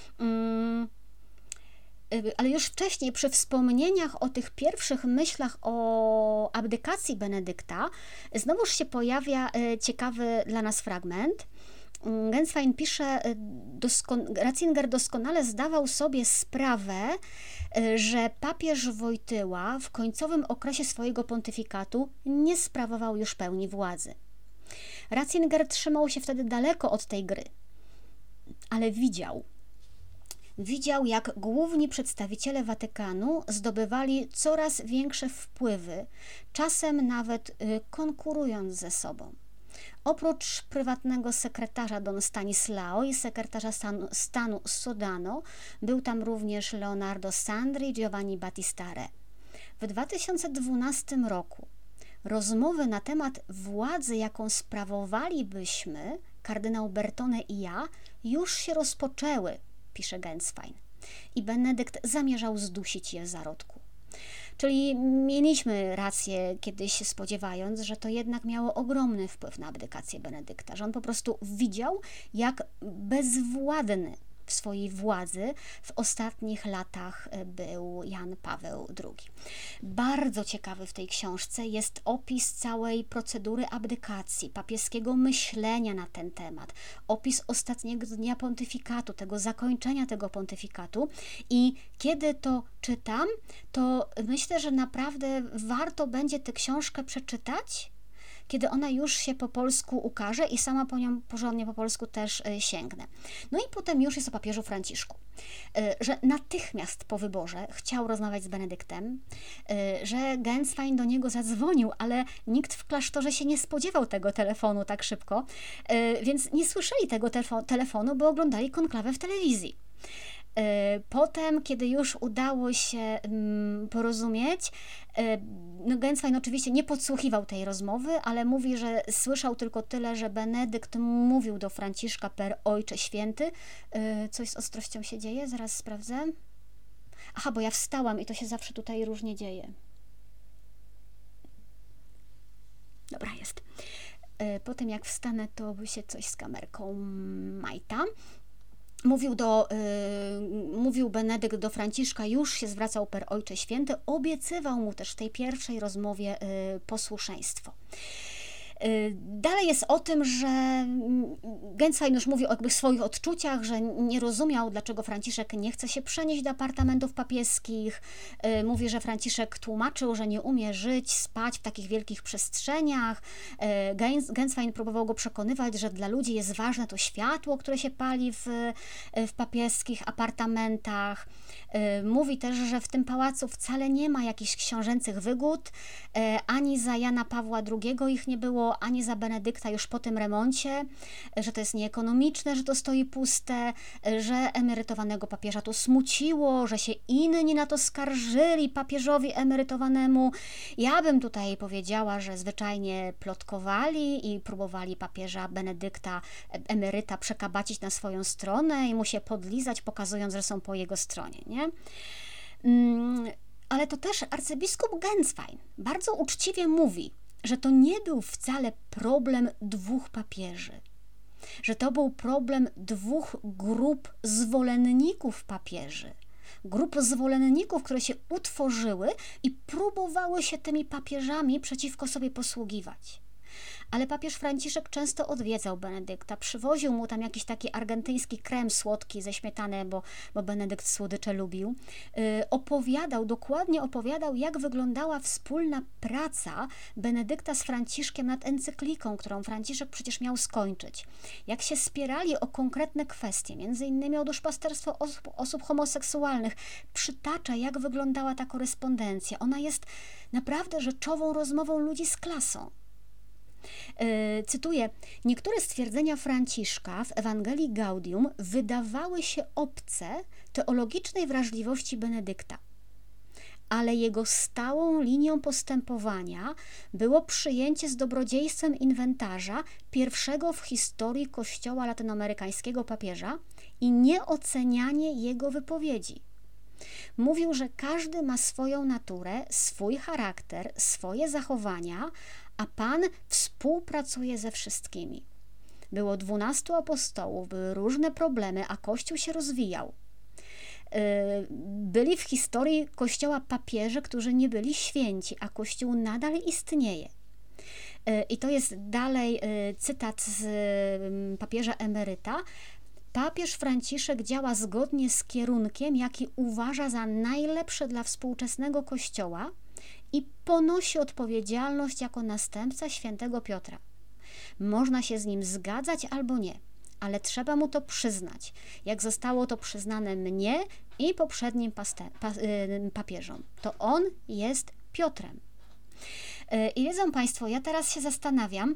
Speaker 1: Ale już wcześniej, przy wspomnieniach o tych pierwszych myślach o abdykacji Benedykta, znowuż się pojawia ciekawy dla nas fragment. Genswein pisze, doskon- Ratzinger doskonale zdawał sobie sprawę, że papież Wojtyła w końcowym okresie swojego pontyfikatu nie sprawował już pełni władzy. Ratzinger trzymał się wtedy daleko od tej gry, ale widział, Widział, jak główni przedstawiciele Watykanu zdobywali coraz większe wpływy, czasem nawet konkurując ze sobą. Oprócz prywatnego sekretarza Don Stanislao i sekretarza stanu, stanu Sodano, był tam również Leonardo Sandri i Giovanni Battista Re. W dwa tysiące dwunastym roku rozmowy na temat władzy, jaką sprawowalibyśmy, kardynał Bertone i ja, już się rozpoczęły, pisze Genswein. I Benedykt zamierzał zdusić je w zarodku. Czyli mieliśmy rację kiedyś, spodziewając, że to jednak miało ogromny wpływ na abdykację Benedykta, że on po prostu widział, jak bezwładny w swojej władzy w ostatnich latach był Jan Paweł drugi. Bardzo ciekawy w tej książce jest opis całej procedury abdykacji, papieskiego myślenia na ten temat, opis ostatniego dnia pontyfikatu, tego zakończenia tego pontyfikatu i kiedy to czytam, to myślę, że naprawdę warto będzie tę książkę przeczytać, kiedy ona już się po polsku ukaże i sama po nią porządnie po polsku też sięgnę. No i potem już jest o papieżu Franciszku, że natychmiast po wyborze chciał rozmawiać z Benedyktem, że Genswein do niego zadzwonił, ale nikt w klasztorze się nie spodziewał tego telefonu tak szybko, więc nie słyszeli tego telefonu, bo oglądali konklawę w telewizji. Potem, kiedy już udało się porozumieć, no Genswein oczywiście nie podsłuchiwał tej rozmowy, ale mówi, że słyszał tylko tyle, że Benedykt mówił do Franciszka per Ojcze Święty. Coś z ostrością się dzieje? Zaraz sprawdzę. Aha, bo ja wstałam i to się zawsze tutaj różnie dzieje. Dobra, jest. Potem jak wstanę, to by się coś z kamerką majta. Mówił, do, yy, mówił Benedykt do Franciszka, już się zwracał per Ojcze Święty, obiecywał mu też w tej pierwszej rozmowie yy, posłuszeństwo. Dalej jest o tym, że Genswein już mówi o jakby swoich odczuciach, że nie rozumiał, dlaczego Franciszek nie chce się przenieść do apartamentów papieskich. Mówi, że Franciszek tłumaczył, że nie umie żyć, spać w takich wielkich przestrzeniach. Genswein próbował go przekonywać, że dla ludzi jest ważne to światło, które się pali w, w papieskich apartamentach. Mówi też, że w tym pałacu wcale nie ma jakichś książęcych wygód, ani za Jana Pawła drugiego ich nie było, ani za Benedykta już po tym remoncie, że to jest nieekonomiczne, że to stoi puste, że emerytowanego papieża to smuciło, że się inni na to skarżyli papieżowi emerytowanemu. Ja bym tutaj powiedziała, że zwyczajnie plotkowali i próbowali papieża Benedykta emeryta przekabacić na swoją stronę i mu się podlizać, pokazując, że są po jego stronie, nie? Ale to też arcybiskup Genswein bardzo uczciwie mówi, że to nie był wcale problem dwóch papieży, że to był problem dwóch grup zwolenników papieży, grup zwolenników, które się utworzyły i próbowały się tymi papieżami przeciwko sobie posługiwać. Ale papież Franciszek często odwiedzał Benedykta, przywoził mu tam jakiś taki argentyński krem słodki ze śmietany, bo, bo Benedykt słodycze lubił. Yy, opowiadał, dokładnie opowiadał, jak wyglądała wspólna praca Benedykta z Franciszkiem nad encykliką, którą Franciszek przecież miał skończyć. Jak się spierali o konkretne kwestie, między innymi o duszpasterstwo osób, osób homoseksualnych. Przytacza, jak wyglądała ta korespondencja. Ona jest naprawdę rzeczową rozmową ludzi z klasą. Cytuję, niektóre stwierdzenia Franciszka w Ewangelii Gaudium wydawały się obce teologicznej wrażliwości Benedykta, ale jego stałą linią postępowania było przyjęcie z dobrodziejstwem inwentarza pierwszego w historii kościoła latynoamerykańskiego papieża i nieocenianie jego wypowiedzi. Mówił, że każdy ma swoją naturę, swój charakter, swoje zachowania, a Pan współpracuje ze wszystkimi. Było dwunastu apostołów, były różne problemy, a Kościół się rozwijał. Byli w historii Kościoła papieże, którzy nie byli święci, a Kościół nadal istnieje. I to jest dalej cytat z papieża emeryta. Papież Franciszek działa zgodnie z kierunkiem, jaki uważa za najlepszy dla współczesnego Kościoła i ponosi odpowiedzialność jako następca świętego Piotra. Można się z nim zgadzać albo nie, ale trzeba mu to przyznać, jak zostało to przyznane mnie i poprzednim paste, pa, y, papieżom. To on jest Piotrem. Y, I wiedzą Państwo, ja teraz się zastanawiam,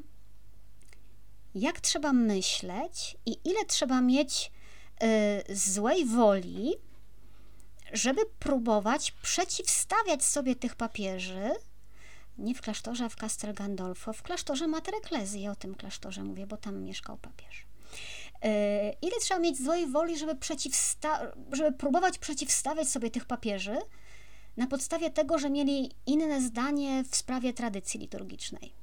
Speaker 1: jak trzeba myśleć i ile trzeba mieć y, złej woli, żeby próbować przeciwstawiać sobie tych papieży, nie w klasztorze, a w Castel Gandolfo, w klasztorze Mater Ecclesiae, o tym klasztorze mówię, bo tam mieszkał papież. Yy, ile trzeba mieć złej woli, żeby, przeciwsta- żeby próbować przeciwstawiać sobie tych papieży na podstawie tego, że mieli inne zdanie w sprawie tradycji liturgicznej.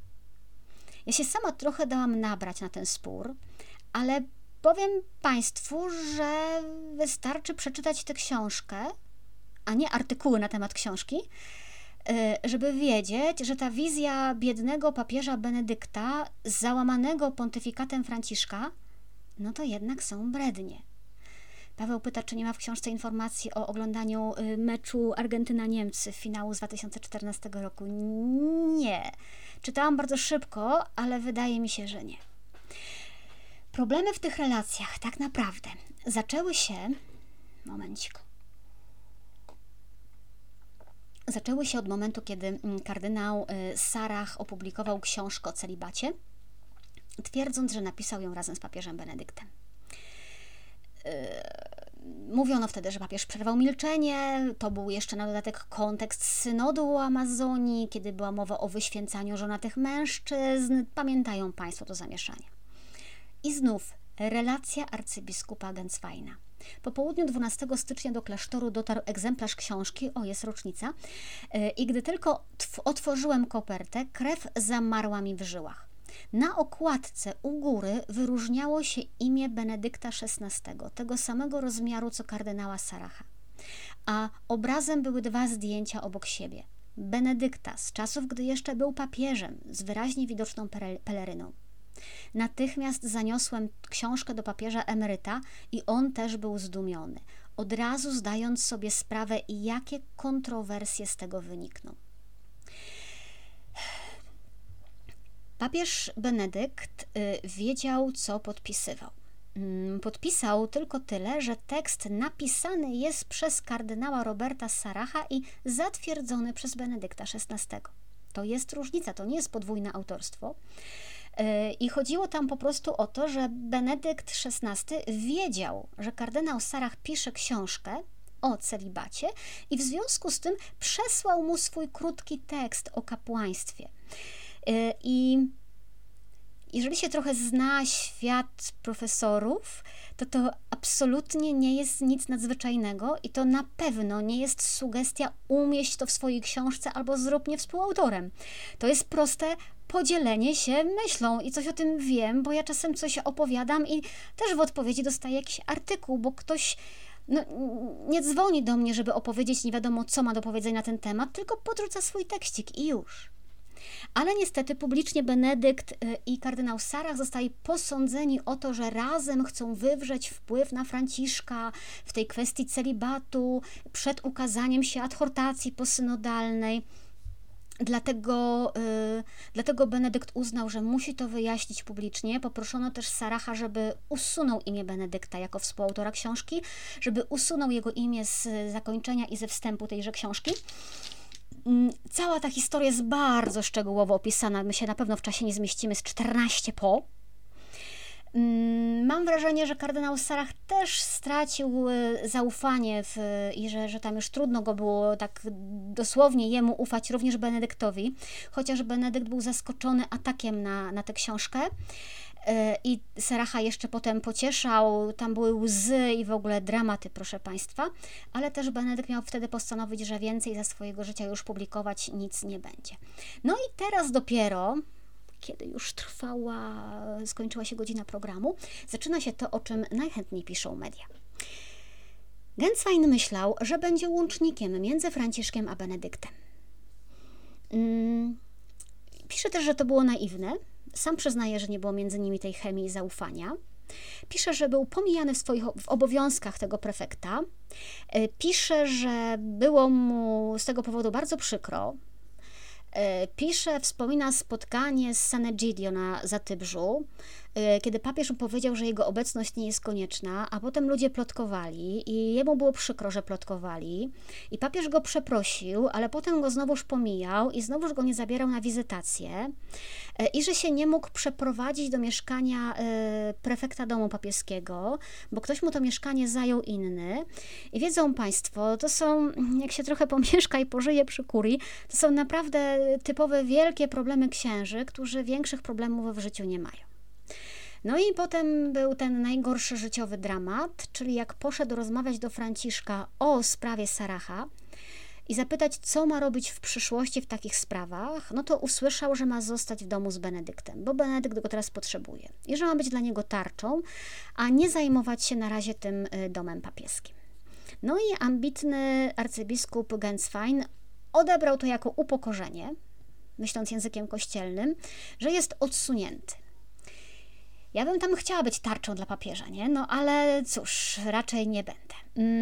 Speaker 1: Ja się sama trochę dałam nabrać na ten spór, ale powiem Państwu, że wystarczy przeczytać tę książkę, a nie artykuły na temat książki, żeby wiedzieć, że ta wizja biednego papieża Benedykta, załamanego pontyfikatem Franciszka, no to jednak są brednie. Paweł pyta, czy nie ma w książce informacji o oglądaniu meczu Argentyna-Niemcy, finału z dwa tysiące czternastego roku. Nie. Czytałam bardzo szybko, ale wydaje mi się, że nie. Problemy w tych relacjach tak naprawdę zaczęły się... Momencik. Zaczęły się od momentu, kiedy kardynał Sarach opublikował książkę o celibacie, twierdząc, że napisał ją razem z papieżem Benedyktem. Mówiono wtedy, że papież przerwał milczenie, to był jeszcze na dodatek kontekst synodu o Amazonii, kiedy była mowa o wyświęcaniu żonatych mężczyzn. Pamiętają Państwo to zamieszanie. I znów relacja arcybiskupa Gensweina. Po południu dwunastego stycznia do klasztoru dotarł egzemplarz książki, o jest rocznica, i gdy tylko otworzyłem kopertę, krew zamarła mi w żyłach. Na okładce u góry wyróżniało się imię Benedykta szesnastego, tego samego rozmiaru co kardynała Saracha, a obrazem były dwa zdjęcia obok siebie. Benedykta z czasów, gdy jeszcze był papieżem, z wyraźnie widoczną peleryną. Natychmiast zaniosłem książkę do papieża emeryta i on też był zdumiony, od razu zdając sobie sprawę, jakie kontrowersje z tego wynikną. Papież Benedykt y, wiedział, co podpisywał. Mm, podpisał tylko tyle, że tekst napisany jest przez kardynała Roberta Saracha i zatwierdzony przez Benedykta szesnastego. To jest różnica, to nie jest podwójne autorstwo. I chodziło tam po prostu o to, że Benedykt szesnasty wiedział, że kardynał Sarach pisze książkę o celibacie i w związku z tym przesłał mu swój krótki tekst o kapłaństwie. I jeżeli się trochę zna świat profesorów, to to absolutnie nie jest nic nadzwyczajnego i to na pewno nie jest sugestia umieść to w swojej książce albo zrób mnie współautorem. To jest proste podzielenie się myślą i coś o tym wiem, bo ja czasem coś opowiadam i też w odpowiedzi dostaję jakiś artykuł, bo ktoś no, nie dzwoni do mnie, żeby opowiedzieć nie wiadomo co ma do powiedzenia na ten temat, tylko podrzuca swój tekścik i już. Ale niestety publicznie Benedykt i kardynał Sarach zostali posądzeni o to, że razem chcą wywrzeć wpływ na Franciszka w tej kwestii celibatu przed ukazaniem się adhortacji posynodalnej. Dlatego, yy, dlatego Benedykt uznał, że musi to wyjaśnić publicznie. Poproszono też Saracha, żeby usunął imię Benedykta jako współautora książki, żeby usunął jego imię z zakończenia i ze wstępu tejże książki. Cała ta historia jest bardzo szczegółowo opisana, my się na pewno w czasie nie zmieścimy, z czternaście po. Mam wrażenie, że kardynał Sarach też stracił zaufanie w, i że, że tam już trudno go było tak dosłownie jemu ufać, również Benedyktowi, chociaż Benedykt był zaskoczony atakiem na, na tę książkę. I Saraha jeszcze potem pocieszał, tam były łzy i w ogóle dramaty, proszę Państwa, ale też Benedykt miał wtedy postanowić, że więcej ze swojego życia już publikować nic nie będzie. No i teraz dopiero, kiedy już trwała, skończyła się godzina programu, zaczyna się to, o czym najchętniej piszą media. Genswein myślał, że będzie łącznikiem między Franciszkiem a Benedyktem. Hmm. Pisze też, że to było naiwne. Sam przyznaje, że nie było między nimi tej chemii i zaufania. Pisze, że był pomijany w swoich w obowiązkach tego prefekta. Pisze, że było mu z tego powodu bardzo przykro. Pisze, wspomina spotkanie z Sanegidio na Zatybrzu, kiedy papież mu powiedział, że jego obecność nie jest konieczna, a potem ludzie plotkowali i jemu było przykro, że plotkowali i papież go przeprosił, ale potem go znowuż pomijał i znowuż go nie zabierał na wizytację i że się nie mógł przeprowadzić do mieszkania prefekta domu papieskiego, bo ktoś mu to mieszkanie zajął inny. I wiedzą Państwo, to są, jak się trochę pomieszka i pożyje przy kurii, to są naprawdę typowe wielkie problemy księży, którzy większych problemów w życiu nie mają. No i potem był ten najgorszy życiowy dramat, czyli jak poszedł rozmawiać do Franciszka o sprawie Saraha i zapytać, co ma robić w przyszłości w takich sprawach, no to usłyszał, że ma zostać w domu z Benedyktem, bo Benedykt go teraz potrzebuje i że ma być dla niego tarczą, a nie zajmować się na razie tym domem papieskim. No i ambitny arcybiskup Genswein odebrał to jako upokorzenie, myśląc językiem kościelnym, że jest odsunięty. Ja bym tam chciała być tarczą dla papieża, nie? No ale cóż, raczej nie będę.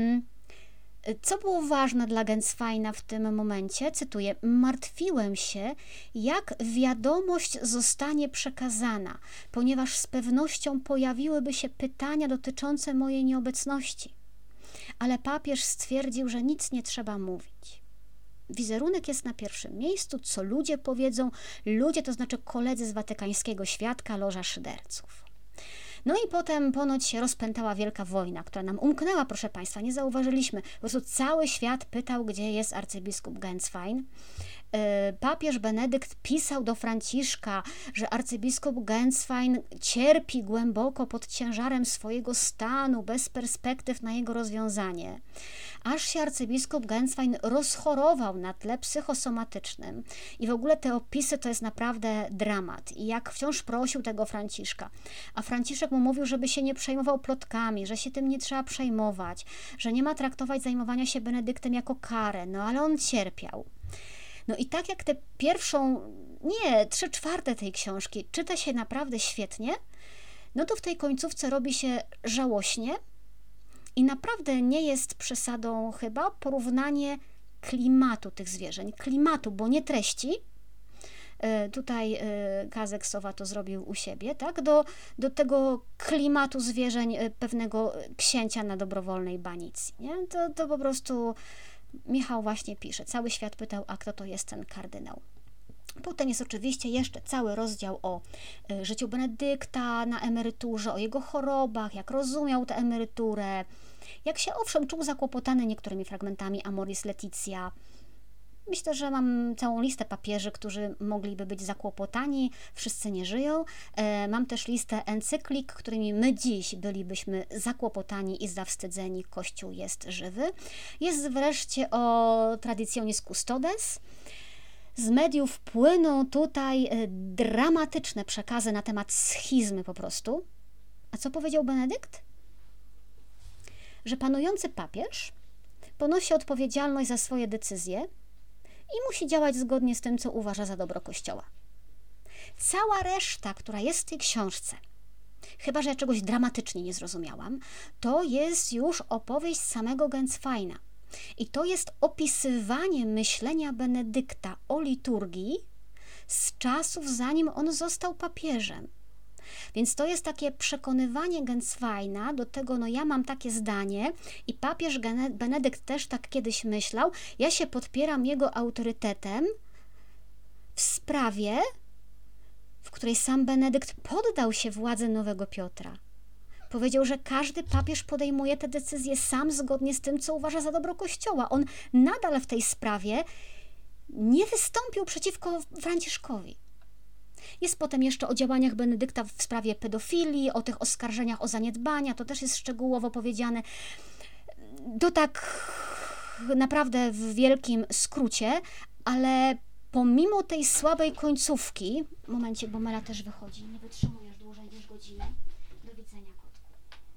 Speaker 1: Co było ważne dla Gensweina w tym momencie? Cytuję: martwiłem się, jak wiadomość zostanie przekazana, ponieważ z pewnością pojawiłyby się pytania dotyczące mojej nieobecności. Ale papież stwierdził, że nic nie trzeba mówić. Wizerunek jest na pierwszym miejscu, co ludzie powiedzą. Ludzie to znaczy koledzy z watykańskiego świadka, loża szyderców. No i potem ponoć się rozpętała wielka wojna, która nam umknęła, proszę Państwa, nie zauważyliśmy. Po prostu cały świat pytał, gdzie jest arcybiskup Genswein. Papież Benedykt pisał do Franciszka, że arcybiskup Genswein cierpi głęboko pod ciężarem swojego stanu, bez perspektyw na jego rozwiązanie. Aż się arcybiskup Genswein rozchorował na tle psychosomatycznym. I w ogóle te opisy to jest naprawdę dramat. I jak wciąż prosił tego Franciszka, a Franciszek mu mówił, żeby się nie przejmował plotkami, że się tym nie trzeba przejmować, że nie ma traktować zajmowania się Benedyktem jako karę, no ale on cierpiał. No i tak jak tę pierwszą, nie, trzy czwarte tej książki czyta się naprawdę świetnie, no to w tej końcówce robi się żałośnie i naprawdę nie jest przesadą chyba porównanie klimatu tych zwierzeń, klimatu, bo nie treści. Tutaj Kazek Sowa to zrobił u siebie, tak? Do, do tego klimatu zwierzeń pewnego księcia na dobrowolnej banicji, nie? To, to po prostu Michał właśnie pisze. Cały świat pytał, a kto to jest ten kardynał? Potem jest oczywiście jeszcze cały rozdział o y, życiu Benedykta na emeryturze, o jego chorobach, jak rozumiał tę emeryturę, jak się owszem czuł zakłopotany niektórymi fragmentami Amoris Laetitia. Myślę, że mam całą listę papieży, którzy mogliby być zakłopotani, wszyscy nie żyją. E, mam też listę encyklik, którymi my dziś bylibyśmy zakłopotani i zawstydzeni. Kościół jest żywy. Jest wreszcie o Traditionis Custodes. Z mediów płyną tutaj dramatyczne przekazy na temat schizmy po prostu. A co powiedział Benedykt? Że panujący papież ponosi odpowiedzialność za swoje decyzje i musi działać zgodnie z tym, co uważa za dobro Kościoła. Cała reszta, która jest w tej książce, chyba że ja czegoś dramatycznie nie zrozumiałam, to jest już opowieść samego Gensweina. I to jest opisywanie myślenia Benedykta o liturgii z czasów, zanim on został papieżem. Więc to jest takie przekonywanie Gensweina do tego, no ja mam takie zdanie i papież Benedykt też tak kiedyś myślał, ja się podpieram jego autorytetem w sprawie, w której sam Benedykt poddał się władzy nowego Piotra. Powiedział, że każdy papież podejmuje te decyzje sam zgodnie z tym, co uważa za dobro Kościoła. On nadal w tej sprawie nie wystąpił przeciwko Franciszkowi. Jest potem jeszcze o działaniach Benedykta w sprawie pedofilii, o tych oskarżeniach o zaniedbania, to też jest szczegółowo powiedziane. To tak naprawdę w wielkim skrócie, ale pomimo tej słabej końcówki, momencie, bo Mela też wychodzi, nie wytrzymujesz dłużej niż godzinę. Do widzenia, kotku.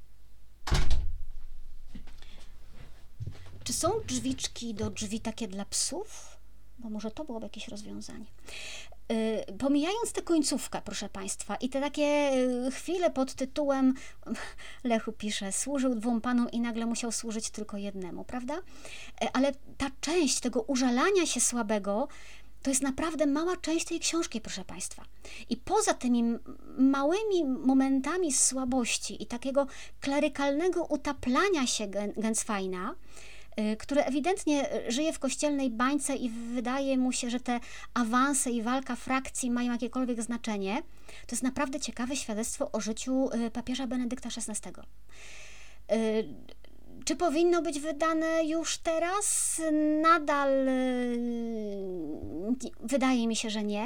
Speaker 1: Czy są drzwiczki do drzwi takie dla psów? Bo może to byłoby jakieś rozwiązanie. Yy, pomijając tę końcówkę, proszę Państwa, i te takie yy, chwile pod tytułem, Lechu pisze, służył dwóm panom i nagle musiał służyć tylko jednemu, prawda? Yy, ale ta część tego użalania się słabego, to jest naprawdę mała część tej książki, proszę Państwa. I poza tymi małymi momentami słabości i takiego klerykalnego utaplania się Gänsweina, który ewidentnie żyje w kościelnej bańce i wydaje mu się, że te awanse i walka frakcji mają jakiekolwiek znaczenie, to jest naprawdę ciekawe świadectwo o życiu papieża Benedykta szesnastego. Czy powinno być wydane już teraz? Nadal wydaje mi się, że nie.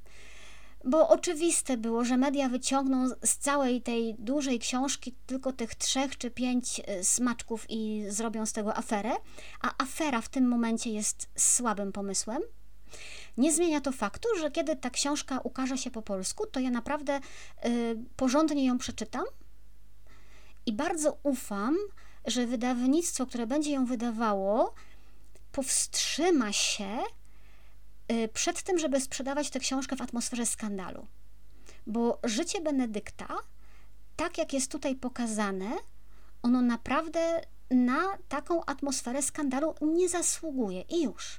Speaker 1: Bo oczywiste było, że media wyciągną z całej tej dużej książki tylko tych trzech czy pięć smaczków i zrobią z tego aferę, a afera w tym momencie jest słabym pomysłem. Nie zmienia to faktu, że kiedy ta książka ukaże się po polsku, to ja naprawdę y, porządnie ją przeczytam i bardzo ufam, że wydawnictwo, które będzie ją wydawało, powstrzyma się przed tym, żeby sprzedawać tę książkę w atmosferze skandalu. Bo życie Benedykta, tak jak jest tutaj pokazane, ono naprawdę na taką atmosferę skandalu nie zasługuje. I już.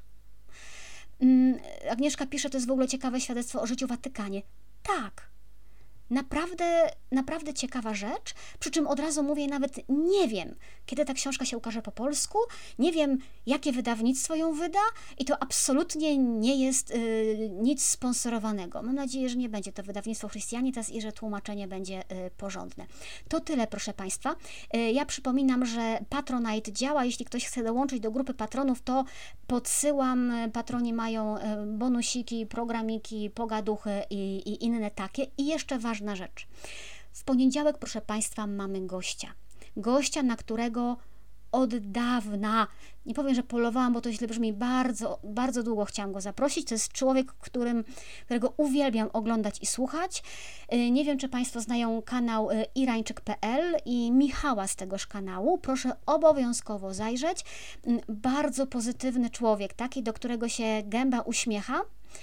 Speaker 1: Agnieszka pisze, to jest w ogóle ciekawe świadectwo o życiu w Watykanie. Tak. Naprawdę, naprawdę ciekawa rzecz, przy czym od razu mówię, nawet nie wiem, kiedy ta książka się ukaże po polsku, nie wiem, jakie wydawnictwo ją wyda i to absolutnie nie jest y, nic sponsorowanego. Mam nadzieję, że nie będzie to wydawnictwo Christianitas i że tłumaczenie będzie y, porządne. To tyle, proszę Państwa. Y, ja przypominam, że Patronite działa, jeśli ktoś chce dołączyć do grupy patronów, to podsyłam, patroni mają y, bonusiki, programiki, pogaduchy i, i inne takie. I jeszcze ważne, Ważna rzecz. W poniedziałek, proszę Państwa, mamy gościa. Gościa, na którego od dawna, nie powiem, że polowałam, bo to źle brzmi, bardzo, bardzo długo chciałam go zaprosić. To jest człowiek, którym, którego uwielbiam oglądać i słuchać. Nie wiem, czy Państwo znają kanał irańczyk kropka pe el i Michała z tegoż kanału. Proszę obowiązkowo zajrzeć. Bardzo pozytywny człowiek, taki, do którego się gęba uśmiecha.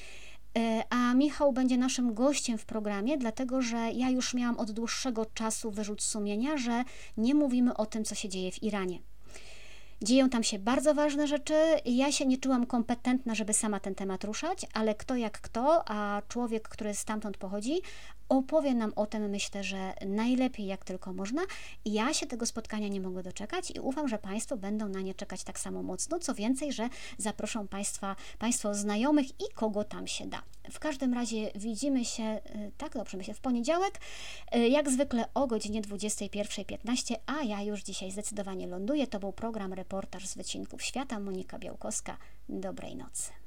Speaker 1: A Michał będzie naszym gościem w programie, dlatego że ja już miałam od dłuższego czasu wyrzut sumienia, że nie mówimy o tym, co się dzieje w Iranie. Dzieją tam się bardzo ważne rzeczy. Ja się nie czułam kompetentna, żeby sama ten temat ruszać, ale kto jak kto, a człowiek, który stamtąd pochodzi, opowie nam o tym, myślę, że najlepiej jak tylko można. I ja się tego spotkania nie mogę doczekać i ufam, że Państwo będą na nie czekać tak samo mocno. Co więcej, że zaproszą Państwa, Państwo znajomych i kogo tam się da. W każdym razie widzimy się, tak dobrze myślę, w poniedziałek, jak zwykle o godzinie dwudziestej pierwszej piętnaście, a ja już dzisiaj zdecydowanie ląduję. To był program Reportaż z Wycinków Świata. Monika Białkowska. Dobrej nocy.